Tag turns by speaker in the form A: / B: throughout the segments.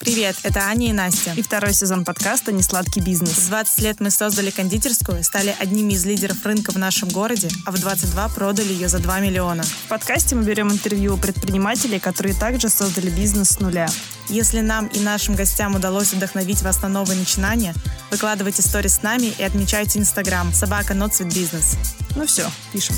A: Привет, это Аня и Настя.
B: И второй сезон подкаста «Несладкий бизнес».
A: В 20 лет мы создали кондитерскую, стали одними из лидеров рынка в нашем городе, а в 22 продали ее за 2 миллиона.
B: В подкасте мы берем интервью у предпринимателей, которые также создали бизнес с нуля.
A: Если нам и нашим гостям удалось вдохновить вас на новые начинания, выкладывайте сторис с нами и отмечайте Инстаграм @NotSweetBusiness.
B: Ну все, пишем.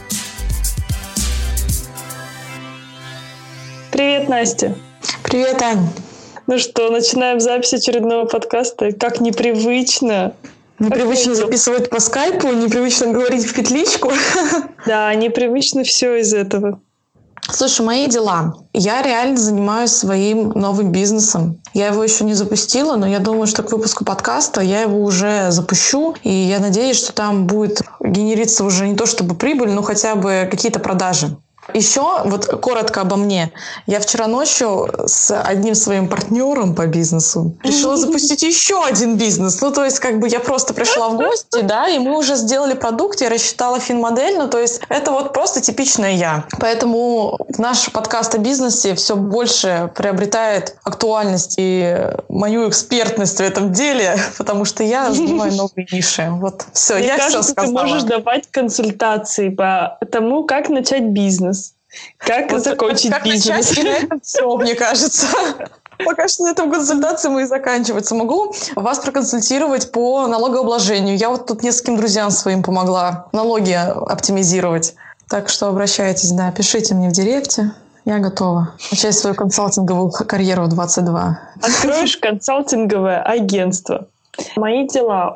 C: Привет, Настя.
D: Привет, Ань.
C: Ну что, начинаем запись очередного подкаста. Как непривычно.
D: Непривычно записывать по скайпу, непривычно говорить в петличку.
C: Да, непривычно все из этого.
D: Слушай, мои дела. Я реально занимаюсь своим новым бизнесом. Я его еще не запустила, но я думаю, что к выпуску подкаста я его уже запущу. И я надеюсь, что там будет генериться уже не то чтобы прибыль, но хотя бы какие-то продажи. Еще вот коротко обо мне. Я вчера ночью с одним своим партнером по бизнесу решила запустить еще один бизнес. Ну, то есть, как бы я просто пришла в гости, да, и мы уже сделали продукт, я рассчитала финмодель, ну, то есть, это вот просто типичная я. Поэтому наш подкаст о бизнесе все больше приобретает актуальность и мою экспертность в этом деле, потому что я занимаю новые ниши. Вот, все,
C: Мне
D: я
C: кажется,
D: все сказала.
C: ты можешь давать консультации по тому, как начать бизнес. Как вот закончить бизнес?
D: И на этом все, мне кажется. Пока что на этом консультации мы и заканчиваться. Могу вас проконсультировать по налогообложению. Я вот тут нескольким друзьям своим помогла налоги оптимизировать. Так что обращайтесь, да, пишите мне в директе. Я готова начать свою консалтинговую карьеру в 22.
C: Откроешь консалтинговое агентство. Мои дела.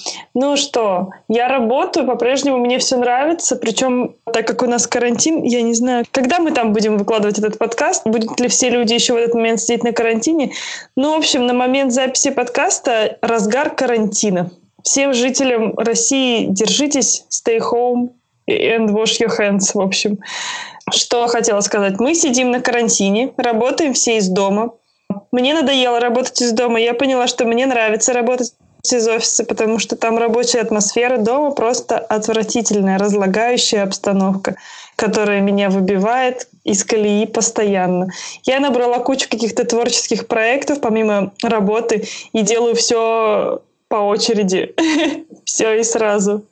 C: Ну что, я работаю, по-прежнему мне все нравится, причем, так как у нас карантин, я не знаю, когда мы там будем выкладывать этот подкаст, будут ли все люди еще в этот момент сидеть на карантине. Ну, в общем, на момент записи подкаста разгар карантина. Всем жителям России держитесь, stay home and wash your hands, в общем. Что хотела сказать. Мы сидим на карантине, работаем все из дома. Мне надоело работать из дома. Я поняла, что мне нравится работать из офиса, потому что там рабочая атмосфера. Дома просто отвратительная, разлагающая обстановка, которая меня выбивает из колеи постоянно. Я набрала кучу каких-то творческих проектов помимо работы и делаю все по очереди. Все и сразу.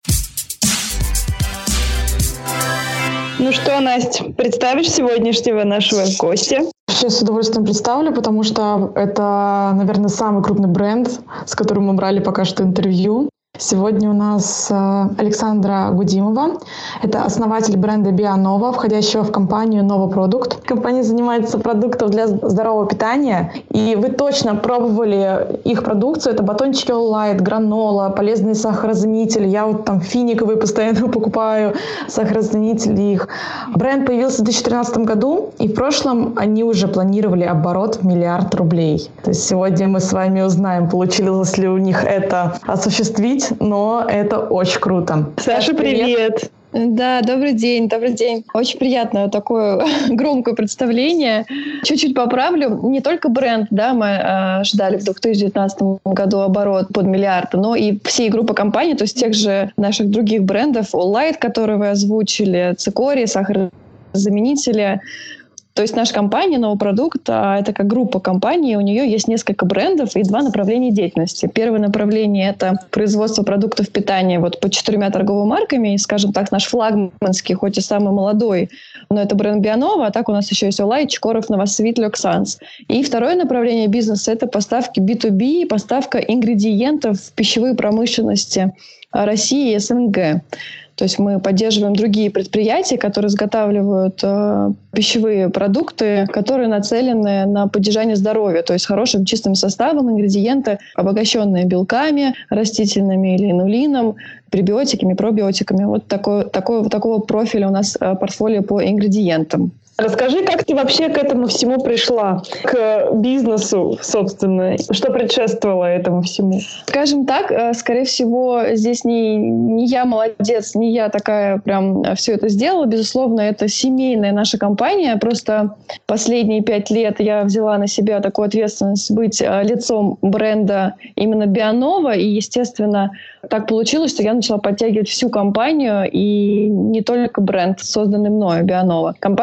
C: Ну что, Настя, представишь сегодняшнего нашего гостя?
D: Сейчас с удовольствием представлю, потому что это, наверное, самый крупный бренд, с которым мы брали пока что интервью. Сегодня у нас Александра Гудимова. Это основатель бренда Bionova, входящего в компанию Nova Product. Компания занимается продуктом для здорового питания. И вы точно пробовали их продукцию. Это батончики All Light, гранола, полезные сахарозаменители. Я вот там финиковые постоянно покупаю, сахарозаменители их. Бренд появился в 2013 году, и в прошлом они уже планировали оборот в $1 миллиард. То есть сегодня мы с вами узнаем, получилось ли у них это осуществить. Но это очень круто.
C: Саша, привет!
E: Да, добрый день. Очень приятное такое громкое представление. Чуть-чуть поправлю. Не только бренд, да, мы ждали в 2019 году оборот под $1 миллиард, но и всей группы компаний, то есть тех же наших других брендов, All Light, которые вы озвучили, цикорий, сахарозаменители. То есть наша компания Nova Product, это как группа компаний, у нее есть несколько брендов и 2 направления деятельности. Первое направление – это производство продуктов питания вот по 4 торговыми марками, и, скажем так, наш флагманский, хоть и самый молодой, но это бренд Bionova, а так у нас еще есть All Light, Чкоров, Новосвит, Люксанс. И второе направление бизнеса – это поставки B2B, поставка ингредиентов в пищевые промышленности России и СНГ. То есть мы поддерживаем другие предприятия, которые изготавливают пищевые продукты, которые нацелены на поддержание здоровья, то есть хорошим чистым составом, ингредиенты, обогащенные белками растительными или инулином, пребиотиками, пробиотиками. Вот такого профиля у нас портфолио по ингредиентам.
C: Расскажи, как ты вообще к этому всему пришла, к бизнесу, собственно, что предшествовало этому всему?
E: Скажем так, скорее всего, здесь не я молодец, не я такая прям все это сделала. Безусловно, это семейная наша компания. Просто последние 5 лет я взяла на себя такую ответственность быть лицом бренда именно Bionova. И, естественно, так получилось, что я начала подтягивать всю компанию и не только бренд, созданный мною, Bionova. Компания вообще была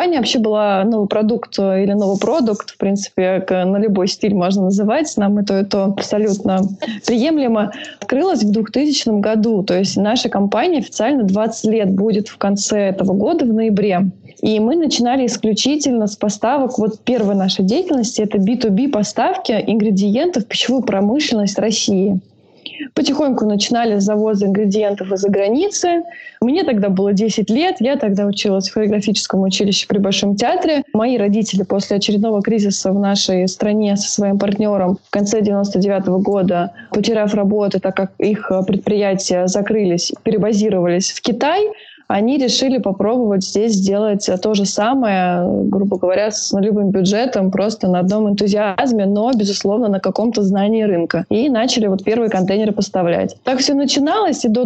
E: была новый продукт или новый продукт, в принципе, на любой стиль можно называть, нам и то абсолютно приемлемо, открылась в 2000 году. То есть наша компания официально 20 лет будет в конце этого года, в ноябре. И мы начинали исключительно с поставок. Вот первая наша деятельность — это B2B поставки ингредиентов в пищевую промышленность России. Потихоньку начинали с завоза ингредиентов из-за границы. Мне тогда было 10 лет, я тогда училась в хореографическом училище при Большом театре. Мои родители после очередного кризиса в нашей стране со своим партнером в конце 99 года, потеряв работу, так как их предприятия закрылись, перебазировались в Китай, они решили попробовать здесь сделать то же самое, грубо говоря, с нулевым бюджетом, просто на одном энтузиазме, но, безусловно, на каком-то знании рынка. И начали вот первые контейнеры поставлять. Так все начиналось, и до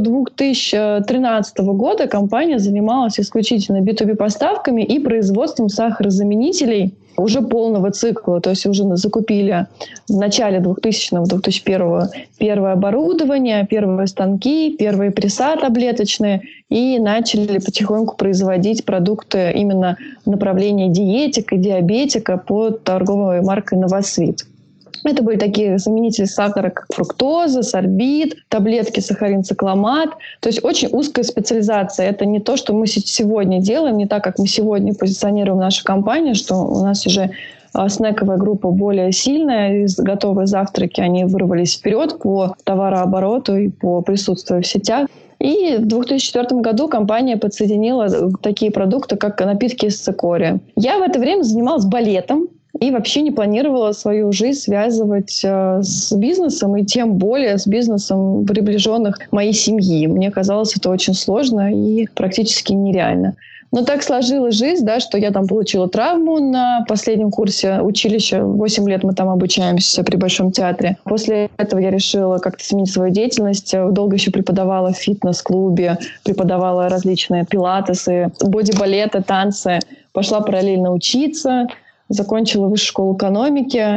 E: 2013 года компания занималась исключительно B2B поставками и производством сахарозаменителей уже полного цикла, то есть уже закупили в начале 2000-2001 первое оборудование, первые станки, первые пресса таблеточные, и начали потихоньку производить продукты именно направления диетика, диабетика под торговой маркой «Новосвит». Это были такие заменители сахара, как фруктоза, сорбит, таблетки сахарин-цикламат. То есть очень узкая специализация. Это не то, что мы сегодня делаем, не так, как мы сегодня позиционируем нашу компанию, что у нас уже снековая группа более сильная, готовые завтраки, они вырвались вперед по товарообороту и по присутствию в сетях. И в 2004 году компания подсоединила такие продукты, как напитки из цикория. Я в это время занималась балетом и вообще не планировала свою жизнь связывать с бизнесом, и тем более с бизнесом приближенных моей семьи. Мне казалось это очень сложно и практически нереально. Но так сложилась жизнь, да, что я там получила травму на последнем курсе училища. 8 лет мы там обучаемся при Большом театре. После этого я решила как-то сменить свою деятельность. Долго еще преподавала в фитнес-клубе, преподавала различные пилатесы, боди-балеты, танцы. Пошла параллельно учиться, закончила высшую школу экономики.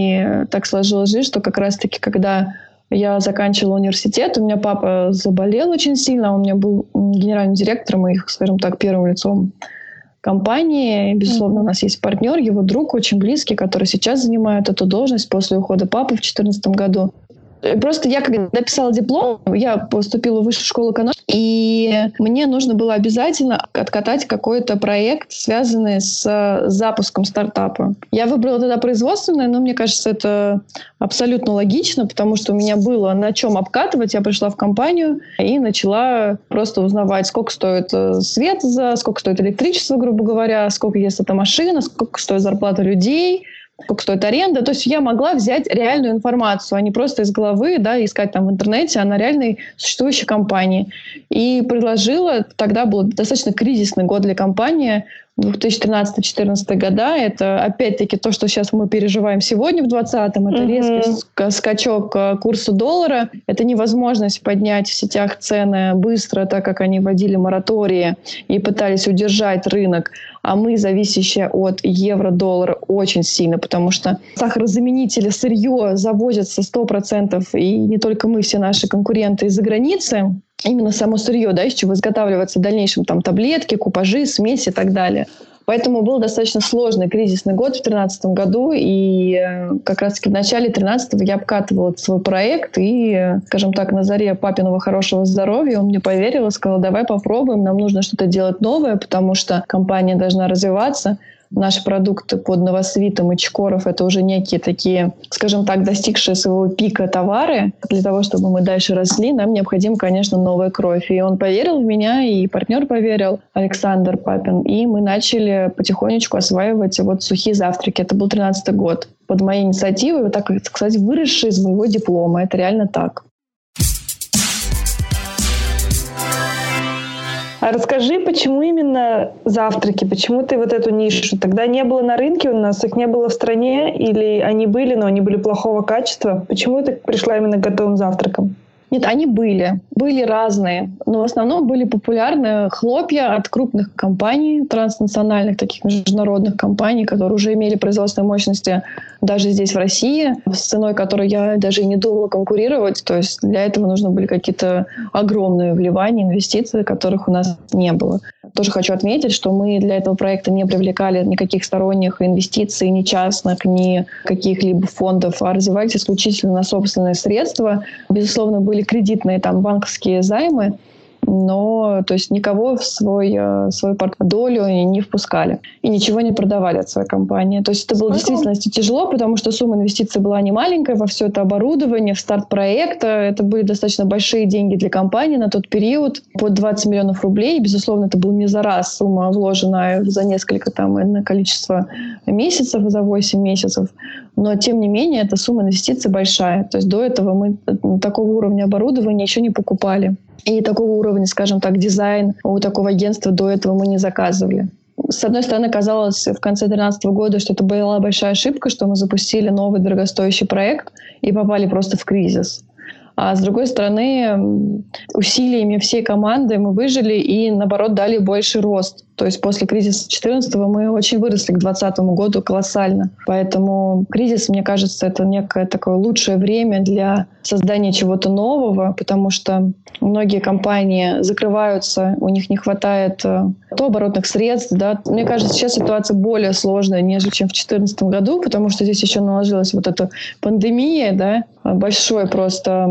E: И так сложилась жизнь, что как раз-таки, когда я заканчивала университет, у меня папа заболел очень сильно, он у меня был генеральным директором и, скажем так, первым лицом компании. Безусловно, у нас есть партнер, его друг очень близкий, который сейчас занимает эту должность после ухода папы в 2014 году. Просто я, когда писала диплом, я поступила в высшую школу экономики, и мне нужно было обязательно откатать какой-то проект, связанный с запуском стартапа. Я выбрала тогда производственное, но мне кажется, это абсолютно логично, потому что у меня было на чем обкатывать. Я пришла в компанию и начала просто узнавать, сколько стоит свет, сколько стоит электричество, грубо говоря, сколько ест эта машина, сколько стоит зарплата людей, сколько стоит аренда. То есть я могла взять реальную информацию, а не просто из головы, да, искать там в интернете, а на реальной существующей компании. И предложила, тогда был достаточно кризисный год для компании, 2013-2014 года. Это опять-таки то, что сейчас мы переживаем сегодня в 2020-м. Это резкий скачок курса доллара. Это невозможность поднять в сетях цены быстро, так как они вводили моратории и пытались удержать рынок. А мы, зависящие от евро-доллара, очень сильно, потому что сахарозаменители, сырье завозятся 100%, и не только мы, все наши конкуренты из-за границы. Именно само сырье, да, из чего изготавливаются в дальнейшем там таблетки, купажи, смеси и так далее. Поэтому был достаточно сложный кризисный год в 2013 году, и как раз-таки в начале 2013 я обкатывала свой проект, и, скажем так, на заре папиного хорошего здоровья он мне поверил и сказал: давай попробуем, нам нужно что-то делать новое, потому что компания должна развиваться. Наши продукты под Новосвитом и Чкоров — это уже некие такие, скажем так, достигшие своего пика товары. Для того, чтобы мы дальше росли, нам необходима, конечно, новая кровь. И он поверил в меня, и партнер поверил, Александр Папин. И мы начали потихонечку осваивать вот сухие завтраки. Это был 2013 год. Под моей инициативой, вот так сказать, выросший из моего диплома. Это реально так.
C: А расскажи, почему именно завтраки? Почему ты вот эту нишу? Тогда не было на рынке у нас, их не было в стране, или они были, но они были плохого качества? Почему ты пришла именно к готовым завтракам?
E: Нет, они были. Были разные. Но в основном были популярны хлопья от крупных компаний, транснациональных, таких международных компаний, которые уже имели производственные мощности даже здесь, в России, с ценой, которой я даже и не думала конкурировать. То есть для этого нужны были какие-то огромные вливания, инвестиции, которых у нас не было. Тоже хочу отметить, что мы для этого проекта не привлекали никаких сторонних инвестиций, ни частных, ни каких-либо фондов, а развивались исключительно на собственные средства. Безусловно, были кредитные там банковские займы, но то есть никого в свою долю не впускали и ничего не продавали от своей компании. То есть это было в действительности тяжело, потому что сумма инвестиций была не маленькая во все это оборудование, в старт проекта. Это были достаточно большие деньги для компании на тот период, под 20 миллионов рублей. Безусловно, это был не за раз сумма, вложенная за несколько количество месяцев, за 8 месяцев. Но, тем не менее, эта сумма инвестиций большая. То есть до этого мы такого уровня оборудования еще не покупали. И такого уровня, скажем так, дизайн у такого агентства до этого мы не заказывали. С одной стороны, казалось в конце 2013 года, что это была большая ошибка, что мы запустили новый дорогостоящий проект и попали просто в кризис. А с другой стороны, усилиями всей команды мы выжили и, наоборот, дали больший рост. То есть после кризиса 2014 мы очень выросли к 2020 году колоссально. Поэтому кризис, мне кажется, это некое такое лучшее время для создания чего-то нового, потому что многие компании закрываются, у них не хватает то оборотных средств. Да. Мне кажется, сейчас ситуация более сложная, нежели чем в 2014 году, потому что здесь еще наложилась вот эта пандемия, да, большой просто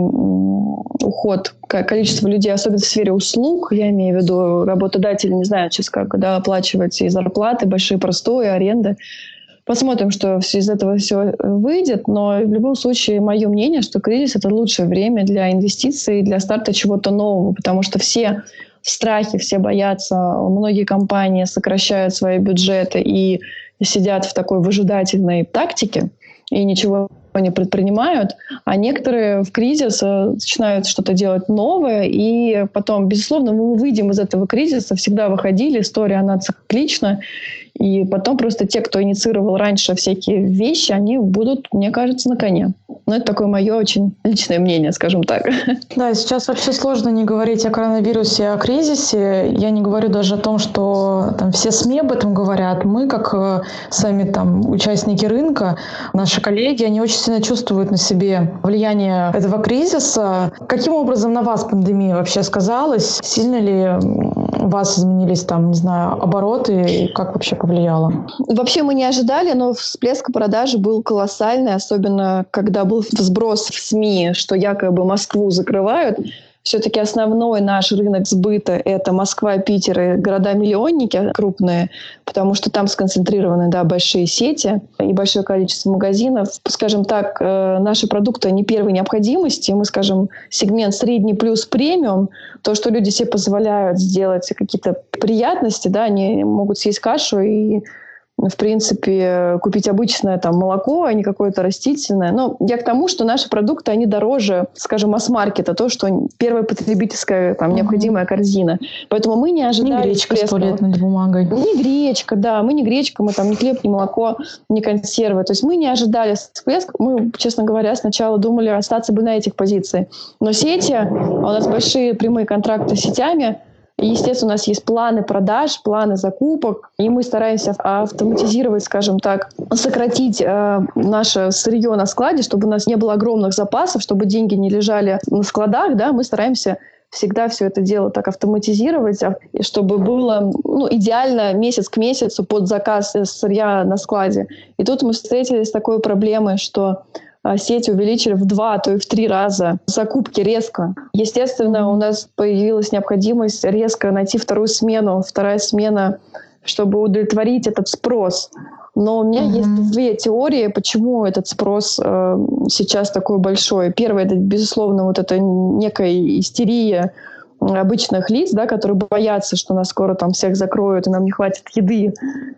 E: уход количества людей, особенно в сфере услуг, я имею в виду работодатели не знают сейчас как оплачивать и зарплаты, большие простои, аренды. Посмотрим, что из этого все выйдет, но в любом случае мое мнение, что кризис — это лучшее время для инвестиций, для старта чего-то нового, потому что все в страхе, все боятся, многие компании сокращают свои бюджеты и сидят в такой выжидательной тактике и ничего не предпринимают, а некоторые в кризис начинают что-то делать новое, и потом, безусловно, мы выйдем из этого кризиса, всегда выходили, история, она циклична, и потом просто те, кто инициировал раньше всякие вещи, они будут, мне кажется, на коне. Но это такое мое очень личное мнение, скажем так.
D: Да, сейчас вообще сложно не говорить о коронавирусе, о кризисе. Я не говорю даже о том, что там все СМИ об этом говорят. Мы, как сами там участники рынка, наши коллеги, они очень сильно чувствуют на себе влияние этого кризиса. Каким образом на вас пандемия вообще сказалась? Сильно ли у вас изменились там, не знаю, обороты и как вообще повлияло?
E: Вообще мы не ожидали, но всплеск продажи был колоссальный, особенно когда был сброс в СМИ, что якобы Москву закрывают. Все-таки основной наш рынок сбыта — это Москва, Питер и города-миллионники крупные, потому что там сконцентрированы, да, большие сети и большое количество магазинов. Скажем так, наши продукты не первой необходимости. Мы, скажем, сегмент средний плюс премиум. То, что люди себе позволяют сделать какие-то приятности, да, они могут съесть кашу и в принципе, купить обычное там молоко, а не какое-то растительное. Но я к тому, что наши продукты, они дороже, скажем, масс-маркета, то, что первая потребительская там необходимая корзина. Поэтому мы не ожидали...
D: Не гречка с туалетной бумагой.
E: Не гречка, да. Мы не гречка, мы там не хлеб, не молоко, не консервы. То есть мы не ожидали всплеск. Мы, честно говоря, сначала думали остаться бы на этих позициях. Но сети, у нас большие прямые контракты с сетями, и, естественно, у нас есть планы продаж, планы закупок, и мы стараемся автоматизировать, скажем так, сократить наше сырье на складе, чтобы у нас не было огромных запасов, чтобы деньги не лежали на складах, да, мы стараемся всегда все это дело так автоматизировать, чтобы было идеально месяц к месяцу под заказ сырья на складе. И тут мы встретились с такой проблемой, что сети увеличили в 2, то и в 3 раза закупки резко. Естественно, у нас появилась необходимость резко найти вторую смену, вторая смена, чтобы удовлетворить этот спрос. Но у меня есть 2 теории, почему этот спрос сейчас такой большой. Первое, это, безусловно, вот эта некая истерия обычных лиц, да, которые боятся, что нас скоро там всех закроют, и нам не хватит еды,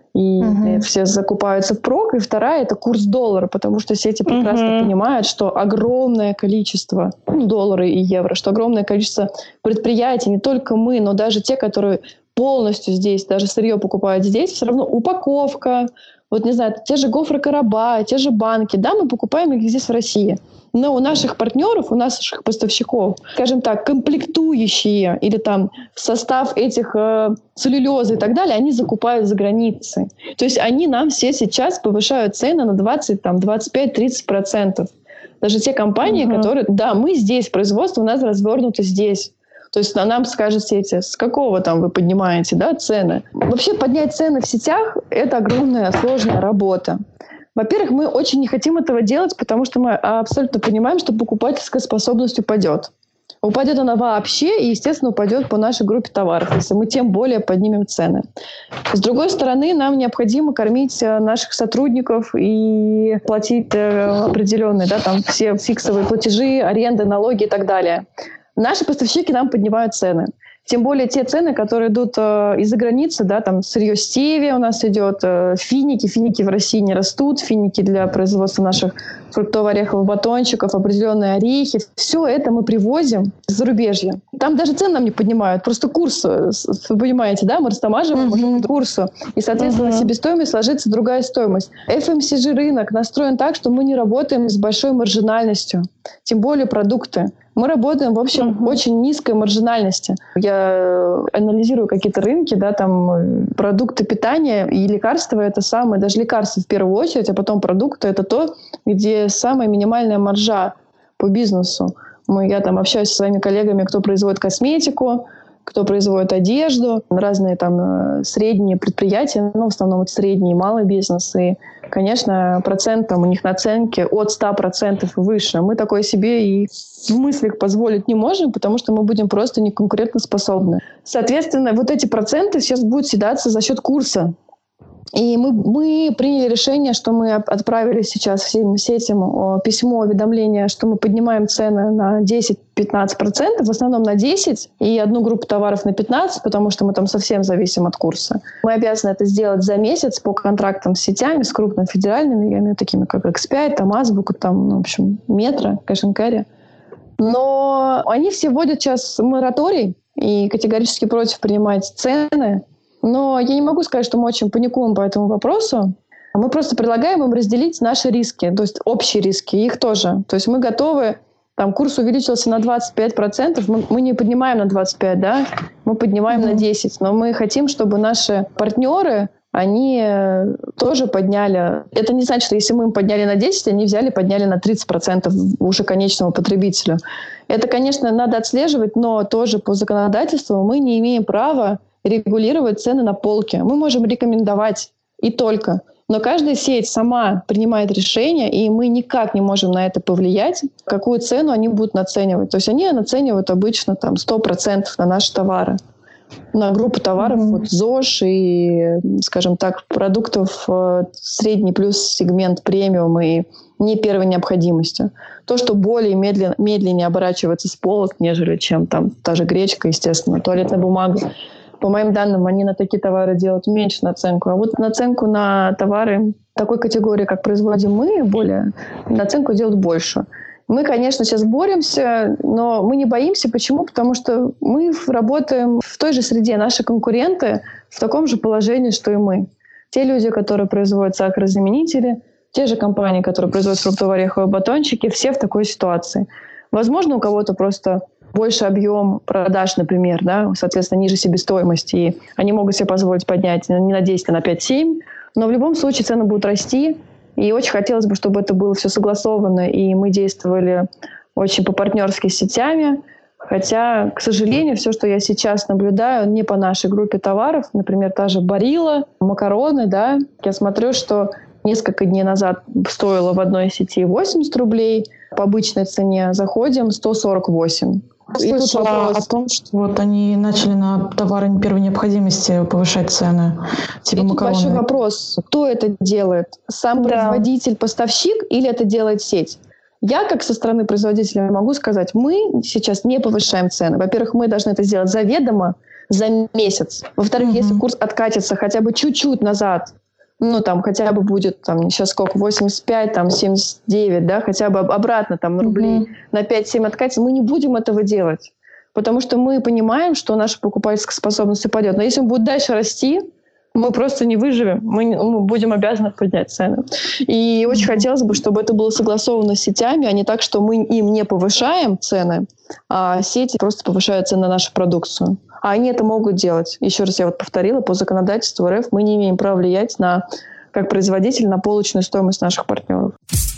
E: и все закупаются впрок. И вторая — это курс доллара, потому что сети прекрасно понимают, что огромное количество, доллары и евро, что огромное количество предприятий, не только мы, но даже те, которые полностью здесь, даже сырье покупают здесь, все равно упаковка, Вот, не знаю, те же Гофрокороба, те же банки, да, мы покупаем их здесь в России. Но у наших партнеров, у наших поставщиков, скажем так, комплектующие или там состав этих целлюлезы и так далее, они закупают за границей. То есть они нам все сейчас повышают цены на 20, там, 25-30%. Даже те компании, которые... Да, мы здесь, производство у нас развернуто здесь. То есть нам скажут сети, с какого там вы поднимаете, да, цены. Вообще поднять цены в сетях – это огромная сложная работа. Во-первых, мы очень не хотим этого делать, потому что мы абсолютно понимаем, что покупательская способность упадет. Упадет она вообще и, естественно, упадет по нашей группе товаров, если мы тем более поднимем цены. С другой стороны, нам необходимо кормить наших сотрудников и платить определенные, да, там все фиксовые платежи, аренды, налоги и так далее. Наши поставщики нам поднимают цены. Тем более те цены, которые идут из-за границы, да, там сырье стевия у нас идет, финики. Финики в России не растут, финики для производства наших фруктово-ореховых батончиков, определенные орехи. Все это мы привозим с зарубежья. Там даже цены нам не поднимают, просто курс, вы понимаете, да, мы растамаживаем курсу. И, соответственно, на себестоимость ложится другая стоимость. FMCG рынок настроен так, что мы не работаем с большой маржинальностью, тем более продукты. Мы работаем, в общем, очень низкой маржинальности. Я анализирую какие-то рынки, да, там продукты питания и лекарства — это самое, даже лекарства в первую очередь, а потом продукты — это то, где самая минимальная маржа по бизнесу. Я там общаюсь со своими коллегами, кто производит косметику, кто производит одежду, разные там средние предприятия, в основном это средний и малый бизнес. И, конечно, процент там у них наценки от 100% и выше. Мы такое себе и в мыслях позволить не можем, потому что мы будем просто неконкурентоспособны. Соответственно, вот эти проценты сейчас будут съедаться за счет курса. И мы приняли решение, что мы отправили сейчас всем сетям письмо, уведомление, что мы поднимаем цены на 10-15%, в основном на 10%, и одну группу товаров на 15%, потому что мы там совсем зависим от курса. Мы обязаны это сделать за месяц по контрактам с сетями, с крупными федеральными, я имею такими как X5, там Азбука, там, в общем, Метро, Cash & Carry. Но они все вводят сейчас мораторий и категорически против принимать цены. Но я не могу сказать, что мы очень паникуем по этому вопросу. Мы просто предлагаем им разделить наши риски, то есть общие риски, их тоже. То есть мы готовы, там курс увеличился на 25%, мы не поднимаем на 25%, да, мы поднимаем на 10%. Но мы хотим, чтобы наши партнеры, они тоже подняли. Это не значит, что если мы им подняли на 10%, они взяли, подняли на 30% уже конечному потребителю. Это, конечно, надо отслеживать, но тоже по законодательству мы не имеем права регулировать цены на полке. Мы можем рекомендовать и только. Но каждая сеть сама принимает решение, и мы никак не можем на это повлиять, какую цену они будут наценивать. То есть они наценивают обычно там 100% на наши товары. На группу товаров, вот ЗОЖ и, скажем так, продуктов средний плюс сегмент премиум и не первой необходимости. То, что более медленнее оборачивается с полок, нежели чем там та же гречка, естественно, туалетная бумага. По моим данным, они на такие товары делают меньше наценку. А вот наценку на товары такой категории, как производим мы, наценку делают больше. Мы, конечно, сейчас боремся, но мы не боимся. Почему? Потому что мы работаем в той же среде. Наши конкуренты в таком же положении, что и мы. Те люди, которые производят сахарозаменители, те же компании, которые производят фруктово-ореховые батончики, все в такой ситуации. Возможно, у кого-то просто больше объем продаж, например, да, соответственно, ниже себестоимости, и они могут себе позволить поднять не на 10, а на 5-7, но в любом случае цены будут расти, и очень хотелось бы, чтобы это было все согласовано, и мы действовали очень по-партнерски с сетями, хотя, к сожалению, все, что я сейчас наблюдаю, не по нашей группе товаров, например, та же Барилла, макароны, да, я смотрю, что несколько дней назад стоило в одной сети 80 рублей, по обычной цене заходим 148.
D: Я слышала о том, что вот они начали на товары первой необходимости повышать цены, типа макароны.
E: Большой вопрос, кто это делает? Сам производитель, поставщик или это делает сеть? Я, как со стороны производителя, могу сказать, мы сейчас не повышаем цены. Во-первых, мы должны это сделать заведомо за месяц. Во-вторых, если курс откатится хотя бы чуть-чуть назад, там хотя бы будет, там, сейчас сколько, 85, там, 79, да, хотя бы обратно, там, рублей на 5-7 откатить, мы не будем этого делать. Потому что мы понимаем, что наша покупательская способность упадет. Но если он будет дальше расти, мы просто не выживем, мы будем обязаны поднять цены. И очень хотелось бы, чтобы это было согласовано с сетями, а не так, что мы им не повышаем цены, а сети просто повышают цены на нашу продукцию. А они это могут делать. Еще раз я повторила, по законодательству РФ мы не имеем права влиять как производитель на полочную стоимость наших партнеров.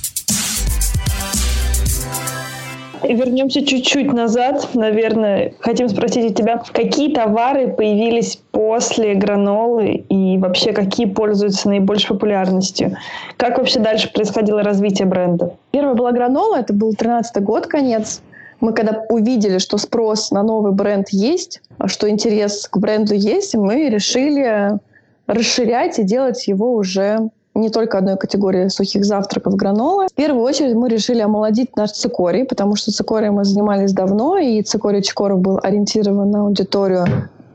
C: Вернемся чуть-чуть назад, наверное. Хотим спросить у тебя, какие товары появились после гранолы и вообще какие пользуются наибольшей популярностью? Как вообще дальше происходило развитие бренда?
E: Первая была гранола, это был 13-й год, конец. Мы когда увидели, что спрос на новый бренд есть, что интерес к бренду есть, мы решили расширять и делать его уже не только одной категории сухих завтраков гранолы. В первую очередь мы решили омолодить наш цикорий, потому что цикорием мы занимались давно, и цикорий Чикоров был ориентирован на аудиторию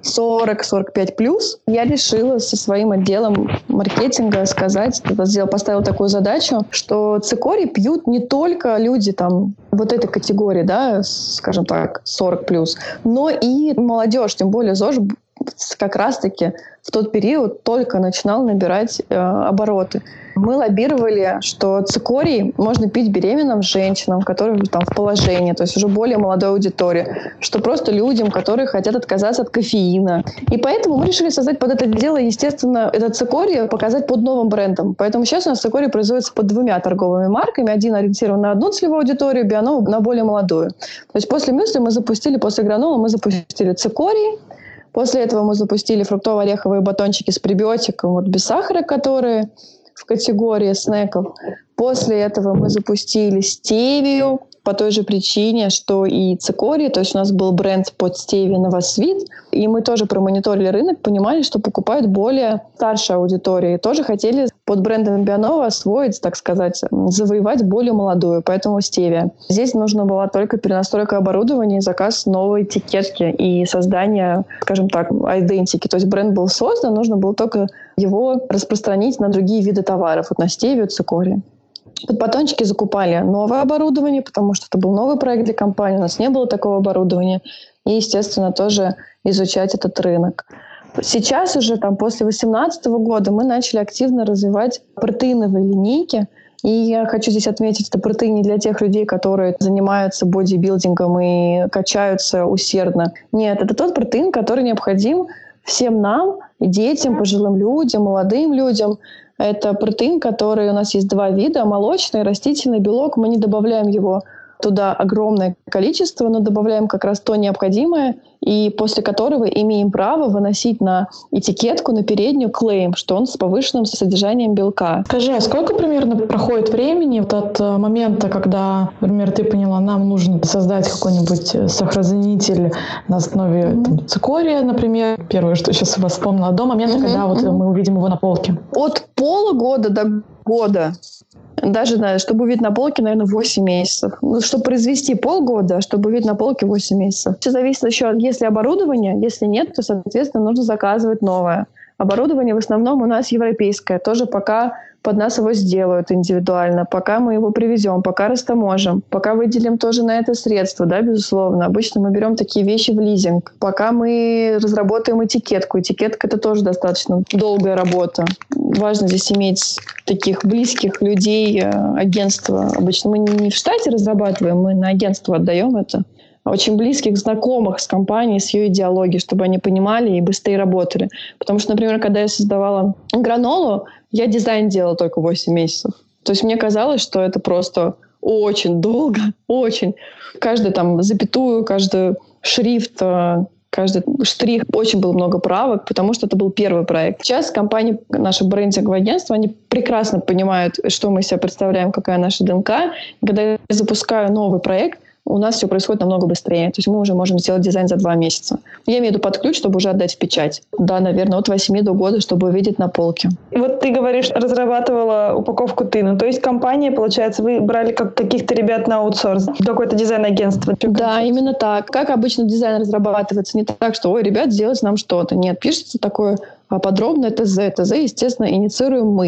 E: 40-45+. Я решила со своим отделом маркетинга сказать, поставила такую задачу, что цикорий пьют не только люди вот этой категории, да, скажем так, 40+, но и молодежь, тем более ЗОЖ как раз-таки в тот период только начинал набирать обороты. Мы лоббировали, что цикорий можно пить беременным женщинам, которые в положении, то есть уже более молодой аудитории, что просто людям, которые хотят отказаться от кофеина. И поэтому мы решили создать под это дело, естественно, этот цикорий показать под новым брендом. Поэтому сейчас у нас цикорий производится под 2 торговыми марками. Один ориентирован на одну целевую аудиторию, Бионова на более молодую. То есть после мюсли после гранолы мы запустили цикорий. После этого мы запустили фруктово-ореховые батончики с пребиотиком, без сахара, которые в категории снеков. После этого мы запустили стевию по той же причине, что и цикорий. То есть у нас был бренд под стевию «Новосвит». И мы тоже промониторили рынок, понимали, что покупают более старшая аудитория. И тоже хотели под брендом Бионова освоить, так сказать, завоевать более молодую. Поэтому стевия. Здесь нужна была только перенастройка оборудования, заказ новой этикетки и создание, скажем так, идентики. То есть бренд был создан, нужно было только его распространить на другие виды товаров. Вот на стевию, цикорий. Под батончики закупали новое оборудование, потому что это был новый проект для компании, у нас не было такого оборудования. И, естественно, тоже изучать этот рынок. Сейчас уже после 2018 года мы начали активно развивать протеиновые линейки. И я хочу здесь отметить, это протеин не для тех людей, которые занимаются бодибилдингом и качаются усердно. Нет, это тот протеин, который необходим всем нам, детям, пожилым людям, молодым людям. Это протеин, который у нас есть 2 вида, молочный и растительный белок. Мы не добавляем его туда огромное количество, но добавляем как раз то необходимое, и после которого имеем право выносить на этикетку, на переднюю клейм, что он с повышенным содержанием белка.
D: Скажи, а сколько примерно проходит времени от момента, когда, например, ты поняла, нам нужно создать какой-нибудь сахарозаменитель на основе цикория, например, первое, что сейчас у вас вспомнила, до момента, когда мы увидим его на полке? От
E: полугода до года. Даже, чтобы увидеть на полке, наверное, 8 месяцев. Чтобы произвести полгода, чтобы увидеть на полке 8 месяцев. Все зависит еще от, если оборудование, если нет, то, соответственно, нужно заказывать новое. Оборудование в основном у нас европейское. Тоже пока под нас его сделают индивидуально, пока мы его привезем, пока растаможим, пока выделим тоже на это средства, да, безусловно. Обычно мы берем такие вещи в лизинг. Пока мы разработаем этикетку. Этикетка — это тоже достаточно долгая работа. Важно здесь иметь таких близких людей, агентства. Обычно мы не в штате разрабатываем, мы на агентство отдаем это. Очень близких, знакомых с компанией, с ее идеологией, чтобы они понимали и быстрее работали. Потому что, например, когда я создавала гранолу, я дизайн делала только 8 месяцев. То есть мне казалось, что это просто очень долго, очень. Каждую запятую, каждый шрифт, каждый штрих, очень было много правок, потому что это был первый проект. Сейчас компании, наше брендинговое агентство, они прекрасно понимают, что мы из себя представляем, какая наша ДНК. И когда я запускаю новый проект, у нас все происходит намного быстрее. То есть мы уже можем сделать дизайн за 2 месяца. Я имею в виду под ключ, чтобы уже отдать в печать. Да, наверное, от 8 до года, чтобы увидеть на полке.
C: Вот ты говоришь, разрабатывала упаковку ты. То есть компания, получается, вы брали каких-то ребят на аутсорс, какое-то дизайн-агентство?
E: Да, именно так. Как обычно дизайн разрабатывается? Не так, что, ой, ребят, сделать нам что-то. Нет, пишется такое подробное ТЗ. ТЗ, естественно, инициируем мы.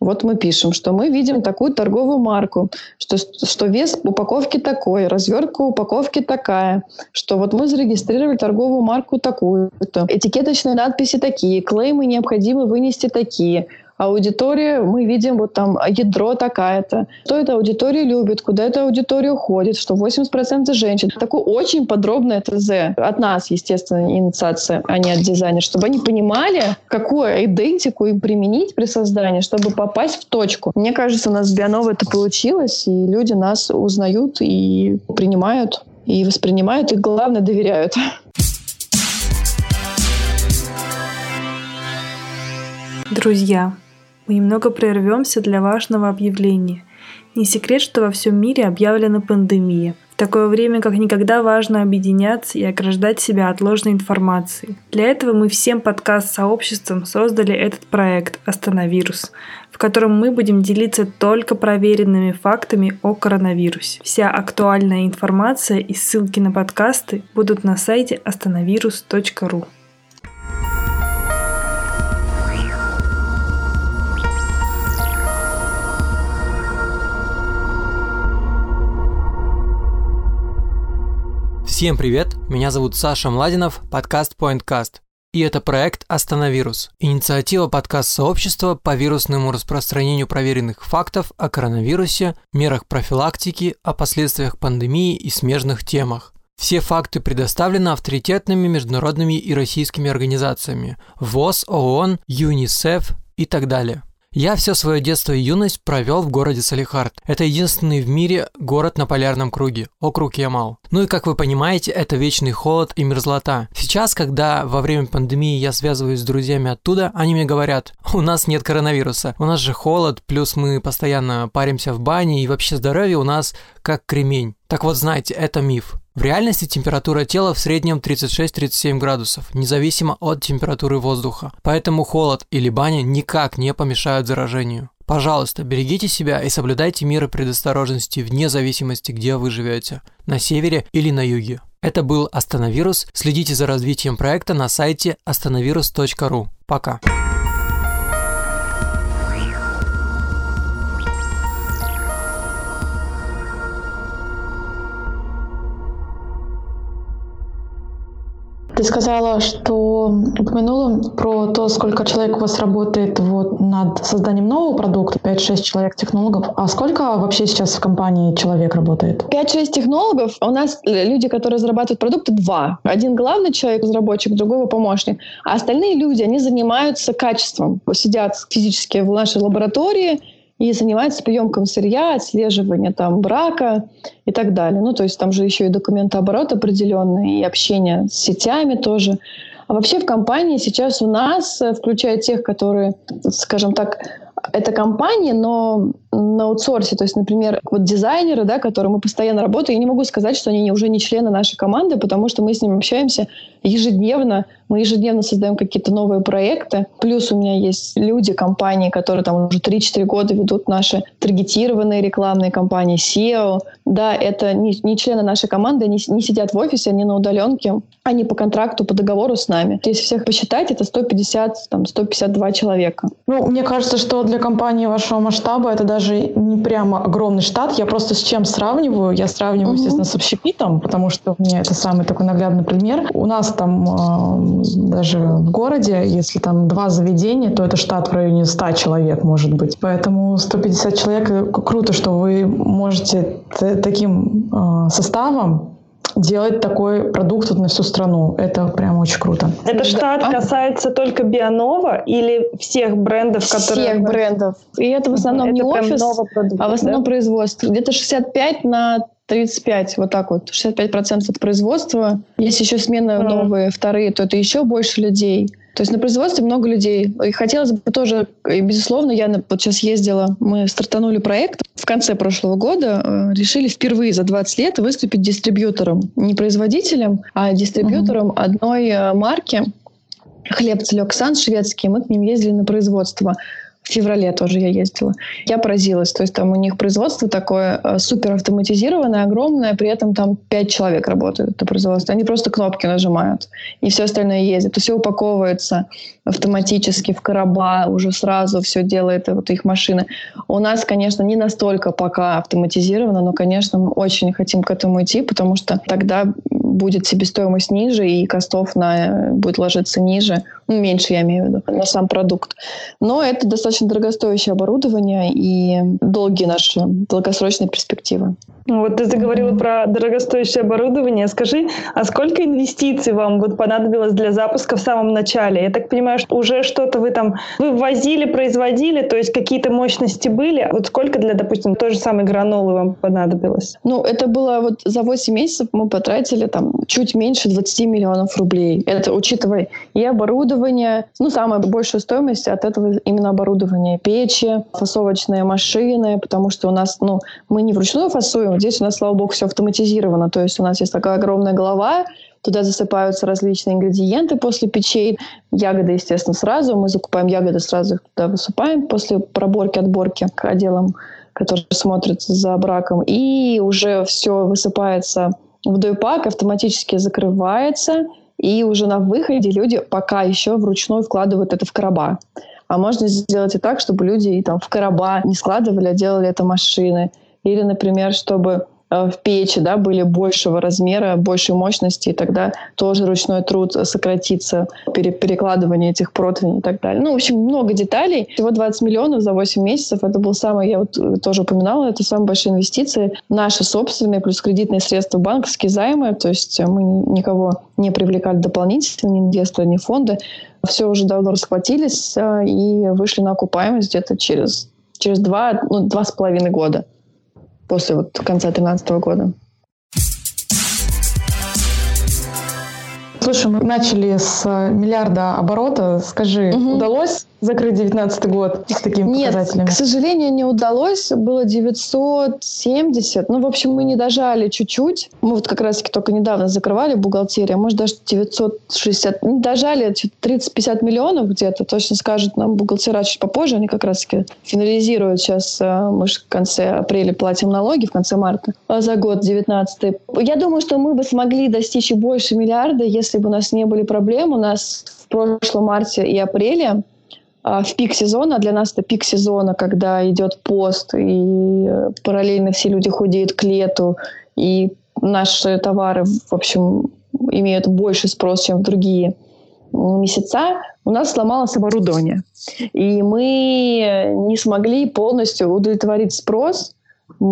E: Вот мы пишем, что мы видим такую торговую марку, что вес упаковки такой, развертка упаковки такая, что вот мы зарегистрировали торговую марку такую-то, этикеточные надписи такие, клеймы необходимо вынести такие. Аудитория, мы видим вот там ядро такая-то. Что эта аудитория любит, куда эта аудитория уходит, что 80% женщин. Такое очень подробное ТЗ. От нас, естественно, инициация, а не от дизайнера, чтобы они понимали, какую идентику им применить при создании, чтобы попасть в точку. Мне кажется, у нас в Бионово это получилось, и люди нас узнают и принимают, и воспринимают, и, главное, доверяют.
F: Друзья, мы немного прервемся для важного объявления. Не секрет, что во всем мире объявлена пандемия. В такое время как никогда важно объединяться и ограждать себя от ложной информации. Для этого мы всем подкаст-сообществом создали этот проект «Остановирус», в котором мы будем делиться только проверенными фактами о коронавирусе. Вся актуальная информация и ссылки на подкасты будут на сайте остановирус.ру.
G: Всем привет, меня зовут Саша Младинов, подкаст PointCast. И это проект «Остановирус» – инициатива подкаст-сообщества по вирусному распространению проверенных фактов о коронавирусе, мерах профилактики, о последствиях пандемии и смежных темах. Все факты предоставлены авторитетными международными и российскими организациями – ВОЗ, ООН, ЮНИСЕФ и так далее. Я все свое детство и юность провел в городе Салехард. Это единственный в мире город на полярном круге, округ Ямал. Ну и как вы понимаете, это вечный холод и мерзлота. Сейчас, когда во время пандемии я связываюсь с друзьями оттуда, они мне говорят: у нас нет коронавируса, у нас же холод, плюс мы постоянно паримся в бане, и вообще здоровье у нас как кремень. Так вот, знаете, это миф. В реальности температура тела в среднем 36-37 градусов, независимо от температуры воздуха. Поэтому холод или баня никак не помешают заражению. Пожалуйста, берегите себя и соблюдайте меры предосторожности вне зависимости, где вы живете, на севере или на юге. Это был Остановирус. Следите за развитием проекта на сайте остановирус.ру. Пока.
D: Ты сказала, что упомянула про то, сколько человек у вас работает вот над созданием нового продукта, 5-6 человек технологов. А сколько вообще сейчас в компании человек работает?
E: 5-6 технологов. У нас люди, которые разрабатывают продукты, 2. Один главный человек-разработчик, другой помощник. А остальные люди, они занимаются качеством. Сидят физически в нашей лаборатории и занимаются приемком сырья, отслеживанием там брака и так далее. Ну, то есть там же еще и документооборот определенный, и общение с сетями тоже. А вообще в компании сейчас у нас, включая тех, которые, скажем так, это компания, но на аутсорсе. То есть, например, вот дизайнеры, да, которые мы постоянно работаем, я не могу сказать, что они уже не члены нашей команды, потому что мы с ними общаемся ежедневно. Мы ежедневно создаем какие-то новые проекты. Плюс у меня есть люди, компании, которые там уже 3-4 года ведут наши таргетированные рекламные кампании, SEO. Да, это не члены нашей команды, они не сидят в офисе, они на удаленке, они по контракту, по договору с нами. Если всех посчитать, это 150-152 человека.
D: Ну, мне кажется, что для компании вашего масштаба это даже не прямо огромный штат. Я просто с чем сравниваю? Я сравниваю, естественно, с общепитом, потому что у меня это самый такой наглядный пример. У нас там даже в городе, если там 2 заведения, то это штат в районе 100 человек, может быть. Поэтому 150 человек, круто, что вы можете таким составом делать такой продукт на всю страну. Это прям очень круто.
C: Это штат касается только Бионово или всех брендов, которые...
E: Всех брендов. И это в основном это не офис, а в основном производство. Где-то 65 на 35, вот так вот. 65% от производства. Если еще смены новые, вторые, то это еще больше людей. То есть на производстве много людей. И хотелось бы тоже, и, безусловно, я вот сейчас ездила, мы стартанули проект в конце прошлого года, решили впервые за 20 лет выступить дистрибьютором. Не производителем, а дистрибьютором одной марки. Хлеб Целёксан шведский. Мы к ним ездили на производство. В феврале тоже я ездила. Я поразилась. То есть там у них производство такое супер автоматизированное, огромное, при этом там 5 человек работают, это производство. Они просто кнопки нажимают, и все остальное ездит. То все упаковывается автоматически в короба, уже сразу все делает вот их машины. У нас, конечно, не настолько пока автоматизировано, но, конечно, мы очень хотим к этому идти, потому что тогда будет себестоимость ниже, и костов будет ложиться ниже, меньше, я имею в виду, на сам продукт. Но это достаточно дорогостоящее оборудование и долгие наши долгосрочные перспективы.
C: Вот ты заговорила про дорогостоящее оборудование. Скажи, а сколько инвестиций вам понадобилось для запуска в самом начале? Я так понимаю, что уже что-то вы ввозили, производили, то есть какие-то мощности были. Вот сколько для, допустим, той же самой гранулы вам понадобилось?
E: Это было за 8 месяцев мы потратили чуть меньше 20 миллионов рублей. Это учитывая и оборудование, самая большая стоимость от этого именно оборудование. Печи, фасовочные машины, потому что у нас, мы не вручную фасуем, здесь у нас, слава богу, все автоматизировано. То есть у нас есть такая огромная голова, туда засыпаются различные ингредиенты после печей. Ягоды, естественно, сразу. Мы закупаем ягоды, сразу их туда высыпаем после проборки, отборки к отделам, которые смотрят за браком. И уже все высыпается в дойпак, автоматически закрывается. И уже на выходе люди пока еще вручную вкладывают это в короба. А можно сделать и так, чтобы люди и в короба не складывали, а делали это машины. Или, например, чтобы в печи были большего размера, большей мощности, и тогда тоже ручной труд сократится, перекладывание этих противней и так далее. В общем, много деталей. Всего 20 миллионов за 8 месяцев. Это был я тоже упоминала, это самые большие инвестиции. Наши собственные, плюс кредитные средства, банковские займы. То есть мы никого не привлекали дополнительно, ни инвесторы, ни фонды. Все уже давно расхватились и вышли на окупаемость где-то через 2,5 года. После конца 2013 года.
D: Слушай, мы начали с миллиарда оборота. Скажи, удалось закрыть 2019 год с такими показателями?
E: Нет, к сожалению, не удалось. Было 970. В общем, мы не дожали чуть-чуть. Мы как раз-таки только недавно закрывали бухгалтерию. Может, даже 960. Не дожали 30-50 миллионов где-то. Точно скажут нам бухгалтера чуть попозже. Они как раз-таки финализируют сейчас. Мы же в конце апреля платим налоги, в конце марта. За год 2019. Я думаю, что мы бы смогли достичь и больше миллиарда, если бы у нас не были проблем. У нас в прошлом марте и апреле в пик сезона, для нас это пик сезона, когда идет пост, и параллельно все люди худеют к лету, и наши товары, в общем, имеют больше спрос, чем в другие месяца, у нас сломалось оборудование. И мы не смогли полностью удовлетворить спрос. У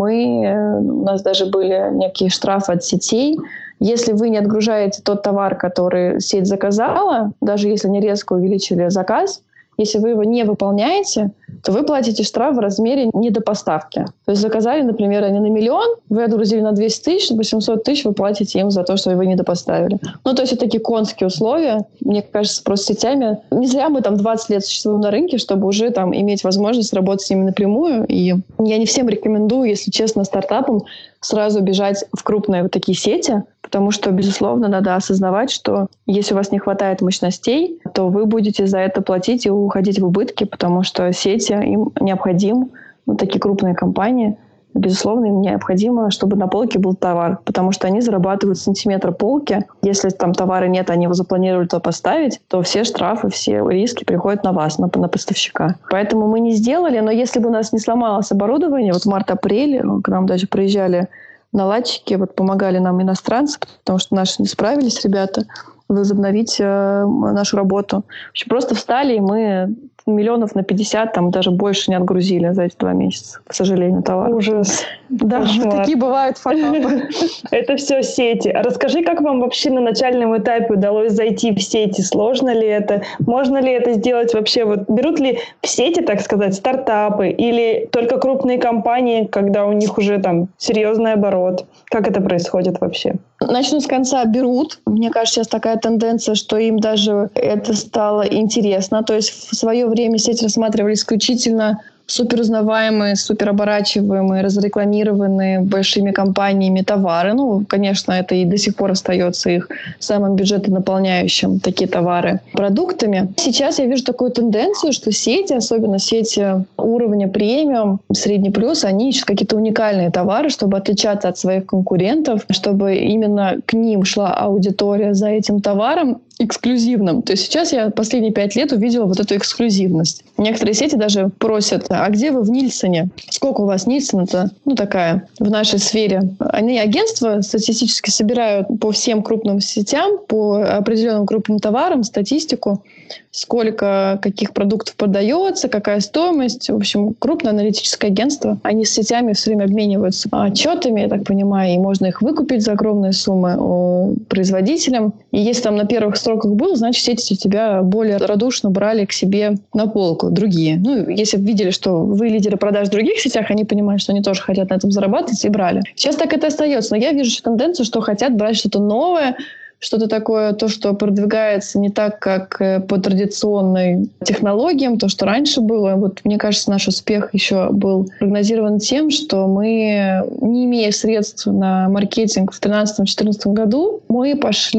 E: нас даже были некие штрафы от сетей. Если вы не отгружаете тот товар, который сеть заказала, даже если они резко увеличили заказ, если вы его не выполняете, то вы платите штраф в размере недопоставки. То есть заказали, например, они на 1 миллион, вы отгрузили на 200 тысяч, 800 тысяч вы платите им за то, что вы недопоставили. То есть это такие конские условия. Мне кажется, просто сетями... Не зря мы 20 лет существуем на рынке, чтобы уже иметь возможность работать с ними напрямую. И я не всем рекомендую, если честно, стартапам сразу бежать в крупные такие сети, потому что, безусловно, надо осознавать, что если у вас не хватает мощностей, то вы будете за это платить и уходить в убытки, потому что сети им необходим, такие крупные компании, безусловно, им необходимо, чтобы на полке был товар, потому что они зарабатывают сантиметр полки. Если товара нет, они его запланировали туда поставить, то все штрафы, все риски приходят на вас, на поставщика. Поэтому мы не сделали, но если бы у нас не сломалось оборудование, март-апрель, к нам даже приезжали наладчики, помогали нам иностранцы, потому что наши не справились, ребята, возобновить нашу работу. В общем, просто встали, и мы миллионов на 50, даже больше не отгрузили за эти 2 месяца, к сожалению, товар.
C: Ужас.
E: Да, такие бывают факапы.
C: Это все сети. А расскажи, как вам вообще на начальном этапе удалось зайти в сети? Сложно ли это? Можно ли это сделать вообще? Берут ли в сети, так сказать, стартапы? Или только крупные компании, когда у них уже серьезный оборот? Как это происходит вообще?
E: Начну с конца. Берут. Мне кажется, сейчас такая тенденция, что им даже это стало интересно. То есть в свое время сеть рассматривали исключительно супер узнаваемые, супер оборачиваемые, разрекламированные большими компаниями товары. Ну, конечно, это и до сих пор остается их самым бюджетонаполняющим, такие товары, продуктами. Сейчас я вижу такую тенденцию, что сети, особенно сети уровня премиум, средний плюс, они ищут какие-то уникальные товары, чтобы отличаться от своих конкурентов, чтобы именно к ним шла аудитория за этим товаром эксклюзивным. То есть сейчас я последние 5 лет увидела вот эту эксклюзивность. Некоторые сети даже просят: а где вы в Нильсоне? Сколько у вас Нильсона-то? Ну, такая в нашей сфере. Они, агентства, статистически собирают по всем крупным сетям, по определенным крупным товарам статистику, сколько каких продуктов продается, какая стоимость. В общем, крупное аналитическое агентство. Они с сетями все время обмениваются отчетами, я так понимаю, и можно их выкупить за огромные суммы производителям. И если там на первых строках был, значит, сети тебя более радушно брали к себе на полку, другие. Ну, если видели, что вы лидеры продаж в других сетях, они понимают, что они тоже хотят на этом зарабатывать, и брали. Сейчас так это остается. Но я вижу тенденцию, что хотят брать что-то новое, что-то такое, то, что продвигается не так, как по традиционной технологиям, то, что раньше было. Вот, мне кажется, наш успех еще был прогнозирован тем, что мы, не имея средств на маркетинг в 2013-2014 году, мы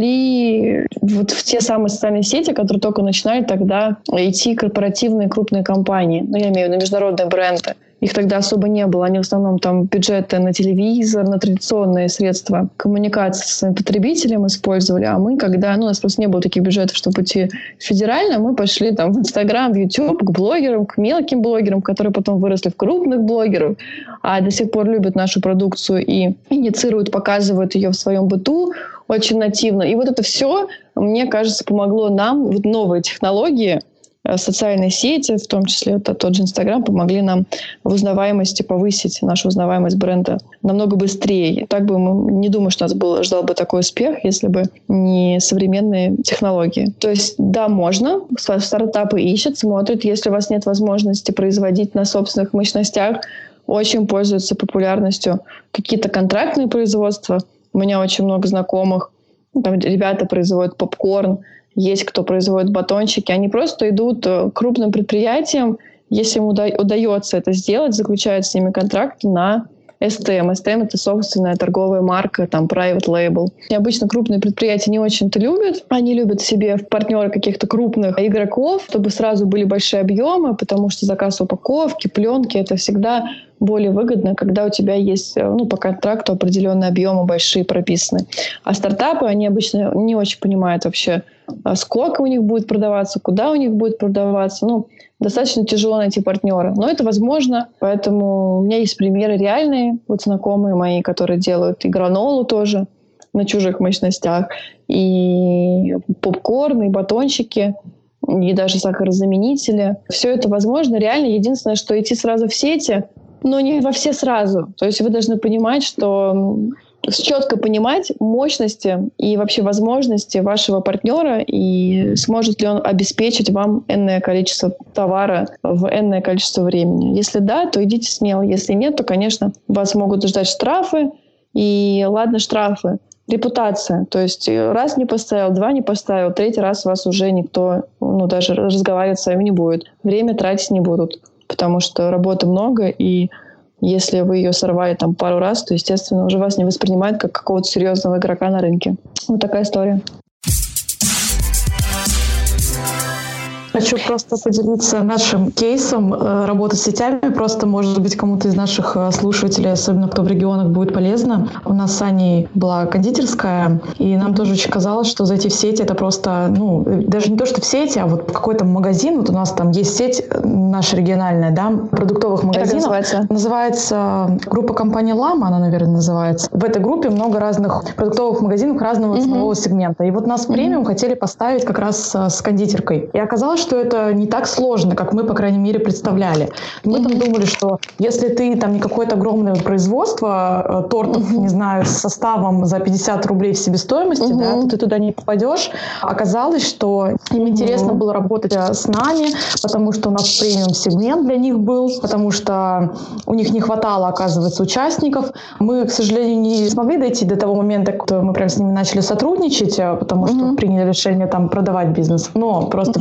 E: пошли вот в те самые социальные сети, которые только начинали тогда идти корпоративные крупные компании. Ну, я имею в виду международные бренды. Их тогда особо не было. Они в основном там бюджеты на телевизор, на традиционные средства коммуникации со своим потребителем использовали. А мы, когда... Ну, у нас просто не было таких бюджетов, чтобы идти федерально, мы пошли там в Инстаграм, в Ютуб, к блогерам, к мелким блогерам, которые потом выросли в крупных блогеров, а до сих пор любят нашу продукцию и инициируют, показывают ее в своем быту очень нативно. И вот это все, мне кажется, помогло нам, вот новые технологии, социальные сети, в том числе это тот же Инстаграм, помогли нам в узнаваемости повысить нашу узнаваемость бренда намного быстрее. Так бы мы не думаю, что нас ждал бы такой успех, если бы не современные технологии. То есть, да, можно. Стартапы ищут, смотрят. Если у вас нет возможности производить на собственных мощностях, очень пользуются популярностью какие-то контрактные производства. У меня очень много знакомых. Там ребята производят попкорн, есть кто производит батончики. Они просто идут к крупным предприятиям, если им удается это сделать, заключают с ними контракт на STM. STM — это собственная торговая марка, там, private label. И обычно крупные предприятия не очень-то любят. Они любят себе в партнеры каких-то крупных игроков, чтобы сразу были большие объемы, потому что заказ упаковки, пленки — это всегда более выгодно, когда у тебя есть, по контракту определенные объемы большие прописаны. А стартапы, они обычно не очень понимают вообще, сколько у них будет продаваться, куда у них будет продаваться. Достаточно тяжело найти партнера. Но это возможно, поэтому у меня есть примеры реальные, вот знакомые мои, которые делают и гранолу тоже на чужих мощностях, и попкорн, и батончики, и даже сахарозаменители. Все это возможно, реально. Единственное, что идти сразу в сети, но не во все сразу. То есть вы должны понимать, что четко понимать мощности и вообще возможности вашего партнера и сможет ли он обеспечить вам энное количество товара в энное количество времени. Если да, то идите смело. Если нет, то, конечно, вас могут ждать штрафы. И ладно, штрафы. Репутация. То есть раз не поставил, два не поставил, третий раз вас уже никто даже разговаривать с вами не будет. Время тратить не будут, потому что работы много, и если вы ее сорвали пару раз, то, естественно, уже вас не воспринимают как какого-то серьезного игрока на рынке. Вот такая история.
D: Хочу просто поделиться нашим кейсом работы с сетями. Просто, может быть, кому-то из наших слушателей, особенно кто в регионах, будет полезно. У нас с Аней была кондитерская, и нам тоже очень казалось, что зайти в сеть — это просто, даже не то, что в сети, а вот какой-то магазин. Вот у нас там есть сеть наша региональная, продуктовых магазинов.
E: Как называется?
D: Называется группа компании «Лама», она, наверное, называется. В этой группе много разных продуктовых магазинов разного ценового сегмента. И вот нас в премиум хотели поставить как раз с кондитеркой. И оказалось, что это не так сложно, как мы, по крайней мере, представляли. Мы там думали, что если ты там не какое-то огромное производство тортов, не знаю, с составом за 50 рублей в себестоимости, то ты туда не попадешь. Оказалось, что им интересно было работать с нами, потому что у нас премиум-сегмент для них был, потому что у них не хватало, оказывается, участников. Мы, к сожалению, не смогли дойти до того момента, когда мы прям с ними начали сотрудничать, потому что приняли решение продавать бизнес. Но просто в чем суть,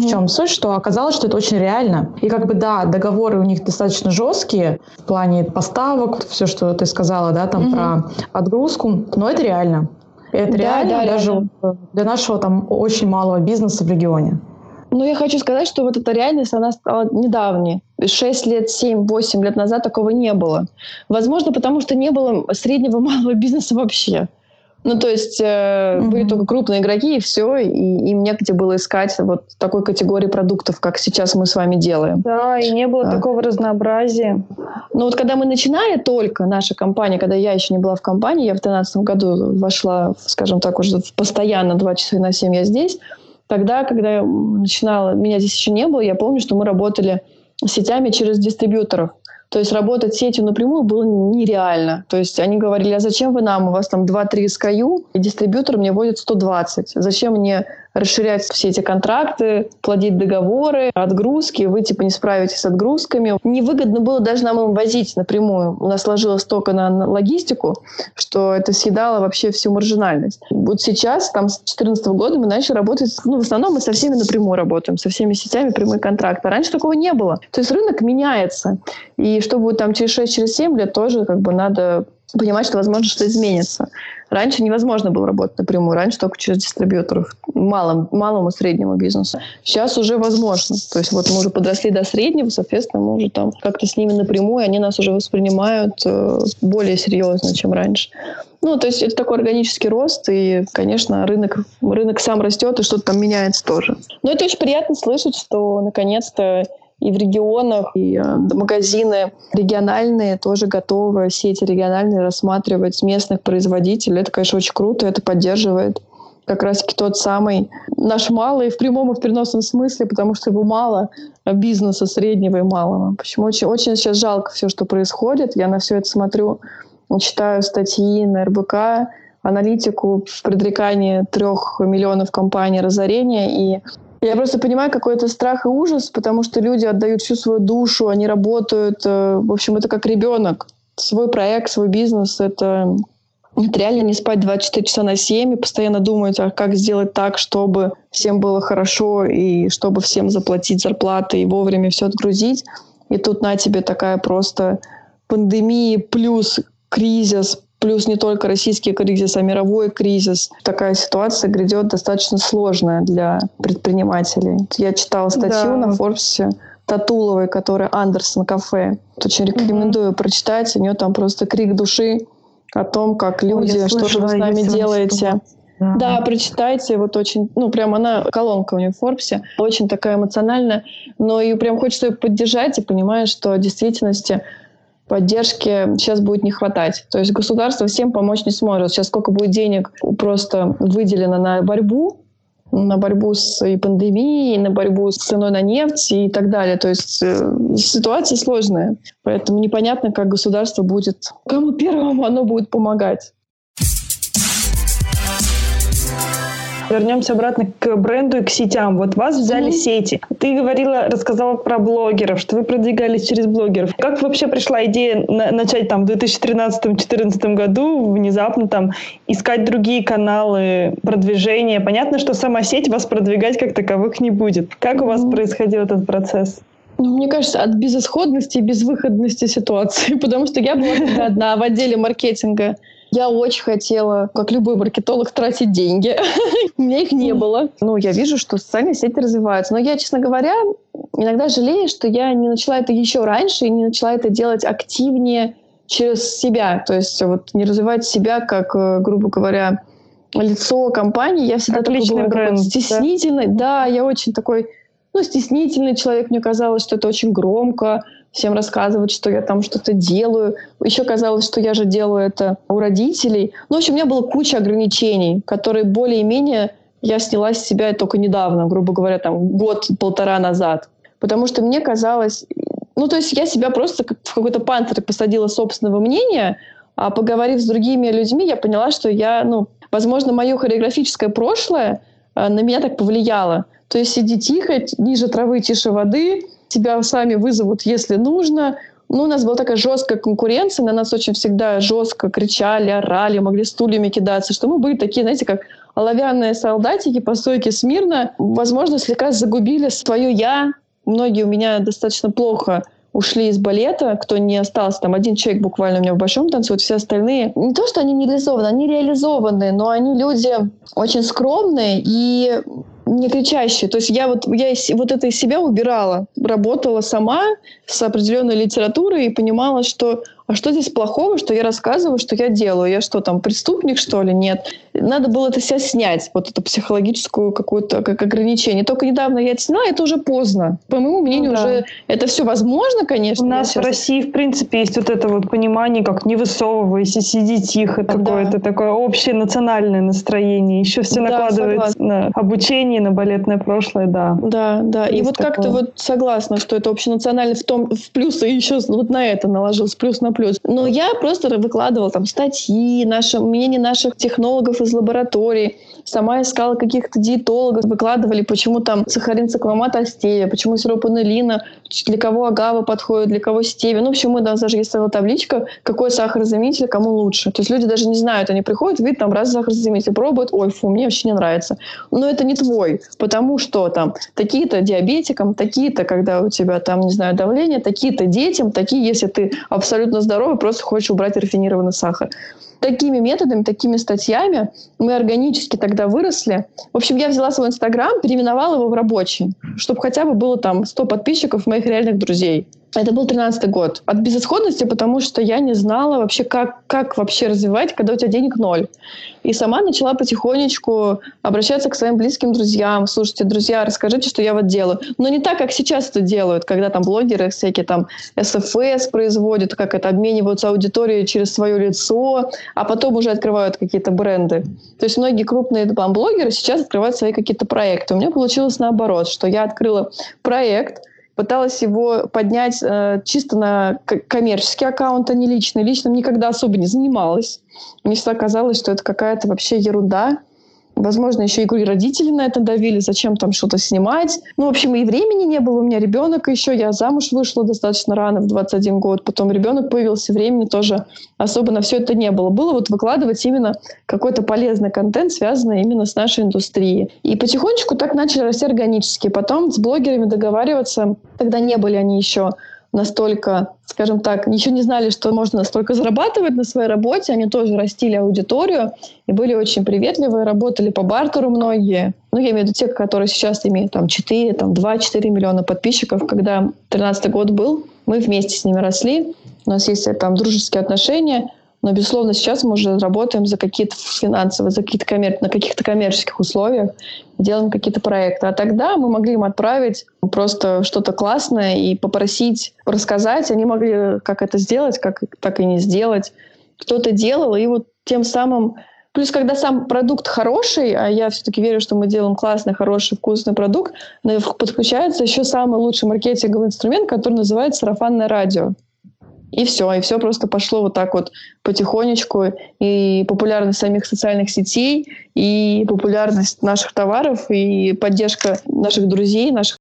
D: что оказалось, что это очень реально. И да, договоры у них достаточно жесткие в плане поставок, все, что ты сказала, да, там про отгрузку, но это реально. Это реально даже для нашего там очень малого бизнеса в регионе.
E: Ну, я хочу сказать, что вот эта реальность, она стала недавней. 6 лет, 7-8 лет назад такого не было. Возможно, потому что не было среднего малого бизнеса вообще. Ну, то есть были только крупные игроки, и все, и им негде было искать вот такой категории продуктов, как сейчас мы с вами делаем.
C: Да, и не было такого разнообразия.
E: Ну, вот когда мы начинали только, наша компания, когда я еще не была в компании, я в 2013 году вошла, скажем так, уже постоянно 2 часа на 7 я здесь. Тогда, когда я начинала, меня здесь еще не было, я помню, что мы работали с сетями через дистрибьюторов. То есть работать сетью напрямую было нереально. То есть они говорили, а зачем вы нам? У вас там 2-3 SKU, и дистрибьютор мне вводит 120. Зачем мне расширять все эти контракты, платить договоры, отгрузки, вы не справитесь с отгрузками. Невыгодно было даже нам им возить напрямую. У нас сложилось столько на логистику, что это съедало вообще всю маржинальность. Вот сейчас, там, с 2014 года мы начали работать, в основном мы со всеми напрямую работаем, со всеми сетями прямые контракты. А раньше такого не было. То есть рынок меняется. И что будет там через 6-7 лет, тоже надо понимать, что, возможно, что изменится. Раньше невозможно было работать напрямую, раньше только через дистрибьюторов, малому и среднему бизнесу. Сейчас уже возможно. То есть вот мы уже подросли до среднего, соответственно, мы уже там как-то с ними напрямую, они нас уже воспринимают более серьезно, чем раньше. Ну, то есть это такой органический рост, и, конечно, рынок сам растет, и что-то там меняется тоже. Но это очень приятно слышать, что, наконец-то, и в регионах, и магазины региональные тоже готовы, сети региональные, рассматривать местных производителей. Это, конечно, очень круто, это поддерживает как раз-таки тот самый наш малый в прямом и в переносном смысле, потому что его мало, бизнеса среднего и малого. Почему очень сейчас жалко все, что происходит. Я на все это смотрю, читаю статьи на РБК, аналитику в предрекании 3 миллионов компаний разорения, и я просто понимаю какой-то страх и ужас, потому что люди отдают всю свою душу, они работают. В общем, это как ребенок. Свой проект, свой бизнес — это реально не спать 24 часа на 7 и постоянно думать, а как сделать так, чтобы всем было хорошо и чтобы всем заплатить зарплаты и вовремя все отгрузить. И тут на тебе такая просто пандемия плюс кризис, плюс не только российский кризис, а мировой кризис. Такая ситуация грядет достаточно сложная для предпринимателей. Я читала статью на Форбсе Татуловой, которая «Андерсон кафе». Очень рекомендую прочитать. У нее там просто крик души о том, как люди, что же вы с нами делаете. Да, прочитайте. Вот очень, прям она, колонка у нее в Форбсе, очень такая эмоциональная, но ее прям хочется ее поддержать и понимаешь, что в действительности поддержки сейчас будет не хватать. То есть государство всем помочь не сможет. Сейчас сколько будет денег просто выделено на борьбу с и пандемией, на борьбу с ценой на нефть и так далее. То есть ситуация сложная. Поэтому непонятно, как государство будет, кому первому оно будет помогать.
C: Вернемся обратно к бренду и к сетям. Вот вас взяли сети. Ты рассказала про блогеров, что вы продвигались через блогеров. Как вообще пришла идея начать в 2013-2014 году внезапно искать другие каналы продвижения? Понятно, что сама сеть вас продвигать как таковых не будет. Как у вас происходил этот процесс?
E: Мне кажется, от безысходности и безвыходности ситуации. Потому что я была одна в отделе маркетинга. Я очень хотела, как любой маркетолог, тратить деньги. У меня их не было. Я вижу, что социальные сети развиваются. Но я, честно говоря, иногда жалею, что я не начала это еще раньше и не начала это делать активнее через себя. То есть не развивать себя как, грубо говоря, лицо компании. Я всегда такой была стеснительной. Да, я очень такой стеснительный человек. Мне казалось, что это очень громко. Всем рассказывать, что я там что-то делаю. Еще казалось, что я же делаю это у родителей. В общем, у меня была куча ограничений, которые более-менее я сняла с себя только недавно, грубо говоря, 1-1.5 назад. Потому что мне казалось... то есть я себя просто в какой-то панцирь посадила собственного мнения, а поговорив с другими людьми, я поняла, что возможно, мое хореографическое прошлое на меня так повлияло. То есть сиди тихо, ниже травы, тише воды, тебя сами вызовут, если нужно. У нас была такая жесткая конкуренция, на нас очень всегда жестко кричали, орали, могли стульями кидаться, что мы были такие, знаете, как оловянные солдатики по стойке смирно, возможно, слегка загубили свое «я». Многие у меня достаточно плохо ушли из балета, кто не остался, там один человек буквально у меня в большом танцует, все остальные, не то, что они не реализованы, они реализованы, но они люди очень скромные и не кричащие. То есть я вот это из себя убирала, работала сама с определенной литературой и понимала, что а что здесь плохого, что я рассказываю, что я делаю? Я что, там, преступник, что ли? Нет. Надо было это себя снять, вот эту психологическую какую-то как ограничение. Только недавно я это сняла, это уже поздно. По моему мнению, уже это все возможно, конечно.
C: У нас в России, в принципе, есть вот это вот понимание, как не высовывайся, сиди тихо, какое-то такое общее национальное настроение. Еще все накладывается на обучение, на балетное прошлое, да.
E: Да. И вот как-то вот согласна, что это общенационально в плюс, и еще вот на это наложилось плюс на плюс. Но я просто выкладывала там статьи, мнение наших технологов из лабораторий, сама искала каких-то диетологов, выкладывали, почему там сахарин, цикламат, астевия, почему сироп анилина, для кого агава подходит, для кого стевия. Ну, в общем, у нас даже есть целая табличка, какой сахарозаменитель кому лучше. То есть люди даже не знают, они приходят, видят там раз сахарозаменитель, пробуют, ой, фу, мне вообще не нравится. Но это не твой, потому что там такие-то диабетикам, такие-то, когда у тебя там, не знаю, давление, такие-то детям, такие, если ты абсолютно здоровый, просто хочешь убрать рафинированный сахар. Такими методами, такими статьями мы органически тогда выросли. В общем, я взяла свой Инстаграм, переименовала его в рабочий, чтобы хотя бы было там 100 подписчиков моих реальных друзей. Это был 13-й год. От безысходности, потому что я не знала вообще, как вообще развивать, когда у тебя денег ноль. И сама начала потихонечку обращаться к своим близким друзьям. Слушайте, друзья, расскажите, что я вот делаю. Но не так, как сейчас это делают, когда там блогеры всякие там СФС производят, как это обмениваются аудиторией через свое лицо, а потом уже открывают какие-то бренды. То есть многие крупные там блогеры сейчас открывают свои какие-то проекты. У меня получилось наоборот, что я открыла проект, пыталась его поднять чисто на коммерческий аккаунт, а не личный. Личным никогда особо не занималась. Мне всегда казалось, что это какая-то вообще ерунда. Возможно, еще и родители на это давили, зачем там что-то снимать. Ну, в общем, и времени не было. У меня ребенок еще, я замуж вышла достаточно рано, в 21 год. Потом ребенок появился, времени тоже особо на все это не было. Было вот выкладывать именно какой-то полезный контент, связанный именно с нашей индустрией. И потихонечку так начали расти органически. Потом с блогерами договариваться, тогда не были они еще настолько, скажем так, еще не знали, что можно настолько зарабатывать на своей работе. Они тоже растили аудиторию и были очень приветливые, работали по бартеру многие. Ну, я имею в виду те, которые сейчас имеют там 4, там 2-4 миллиона подписчиков. Когда 13-й год был, мы вместе с ними росли. У нас есть там дружеские отношения. Но, безусловно, сейчас мы уже работаем за какие-то финансовые, за какие-то на каких-то коммерческих условиях, делаем какие-то проекты. А тогда мы могли им отправить просто что-то классное и попросить рассказать. Они могли как это сделать, как так и не сделать. Кто-то делал, и вот тем самым... Плюс, когда сам продукт хороший, а я все-таки верю, что мы делаем классный, хороший, вкусный продукт, подключается еще самый лучший маркетинговый инструмент, который называется сарафанное радио. И все просто пошло вот так вот потихонечку. И популярность самих социальных сетей, и популярность наших товаров, и поддержка наших друзей, наших...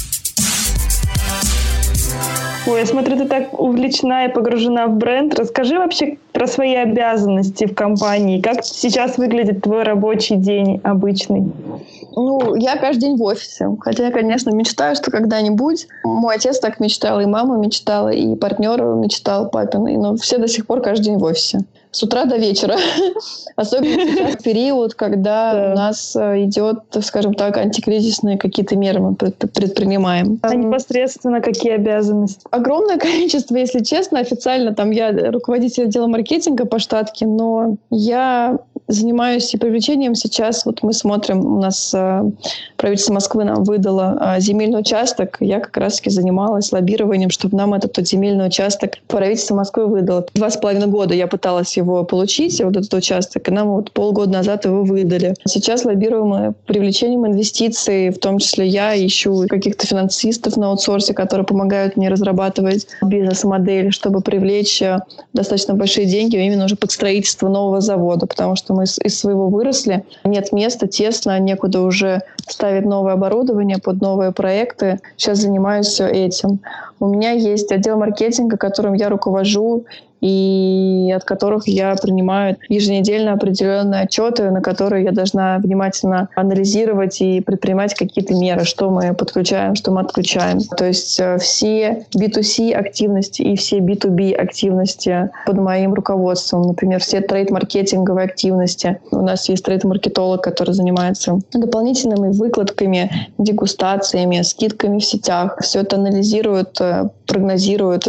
C: Ой, я смотрю, ты так увлечена и погружена в бренд. Расскажи вообще про свои обязанности в компании. Как сейчас выглядит твой рабочий день обычный?
E: Ну, я каждый день в офисе. Хотя я, конечно, мечтаю, что когда-нибудь. Мой отец так мечтал, и мама мечтала, и партнер мечтал, папин. Но все до сих пор каждый день в офисе. С утра до вечера. Особенно сейчас период, когда у нас идет, скажем так, антикризисные какие-то меры мы предпринимаем.
C: А непосредственно какие обязанности?
E: Огромное количество, если честно. Официально там я руководитель отдела маркетинга по штатке, но я занимаюсь и привлечением сейчас. Вот мы смотрим, у нас правительство Москвы нам выдало земельный участок. Я как раз-таки занималась лоббированием, чтобы нам этот земельный участок правительство Москвы выдало. 2,5 года я пыталась его получить, вот этот участок, и нам вот полгода назад его выдали. Сейчас лоббируем привлечением инвестиций, в том числе я ищу каких-то финансистов на аутсорсе, которые помогают мне разрабатывать бизнес-модель, чтобы привлечь достаточно большие деньги именно уже под строительство нового завода, потому что мы из своего выросли, нет места, тесно, некуда уже ставить новое оборудование под новые проекты. Сейчас занимаюсь этим. У меня есть отдел маркетинга, которым я руковожу, и от которых я принимаю еженедельно определенные отчеты, на которые я должна внимательно анализировать и предпринимать какие-то меры, что мы подключаем, что мы отключаем. То есть все B2C активности и все B2B активности под моим руководством, например, все трейд-маркетинговые активности. У нас есть трейд-маркетолог, который занимается дополнительными выкладками, дегустациями, скидками в сетях. Все это анализирует, прогнозирует.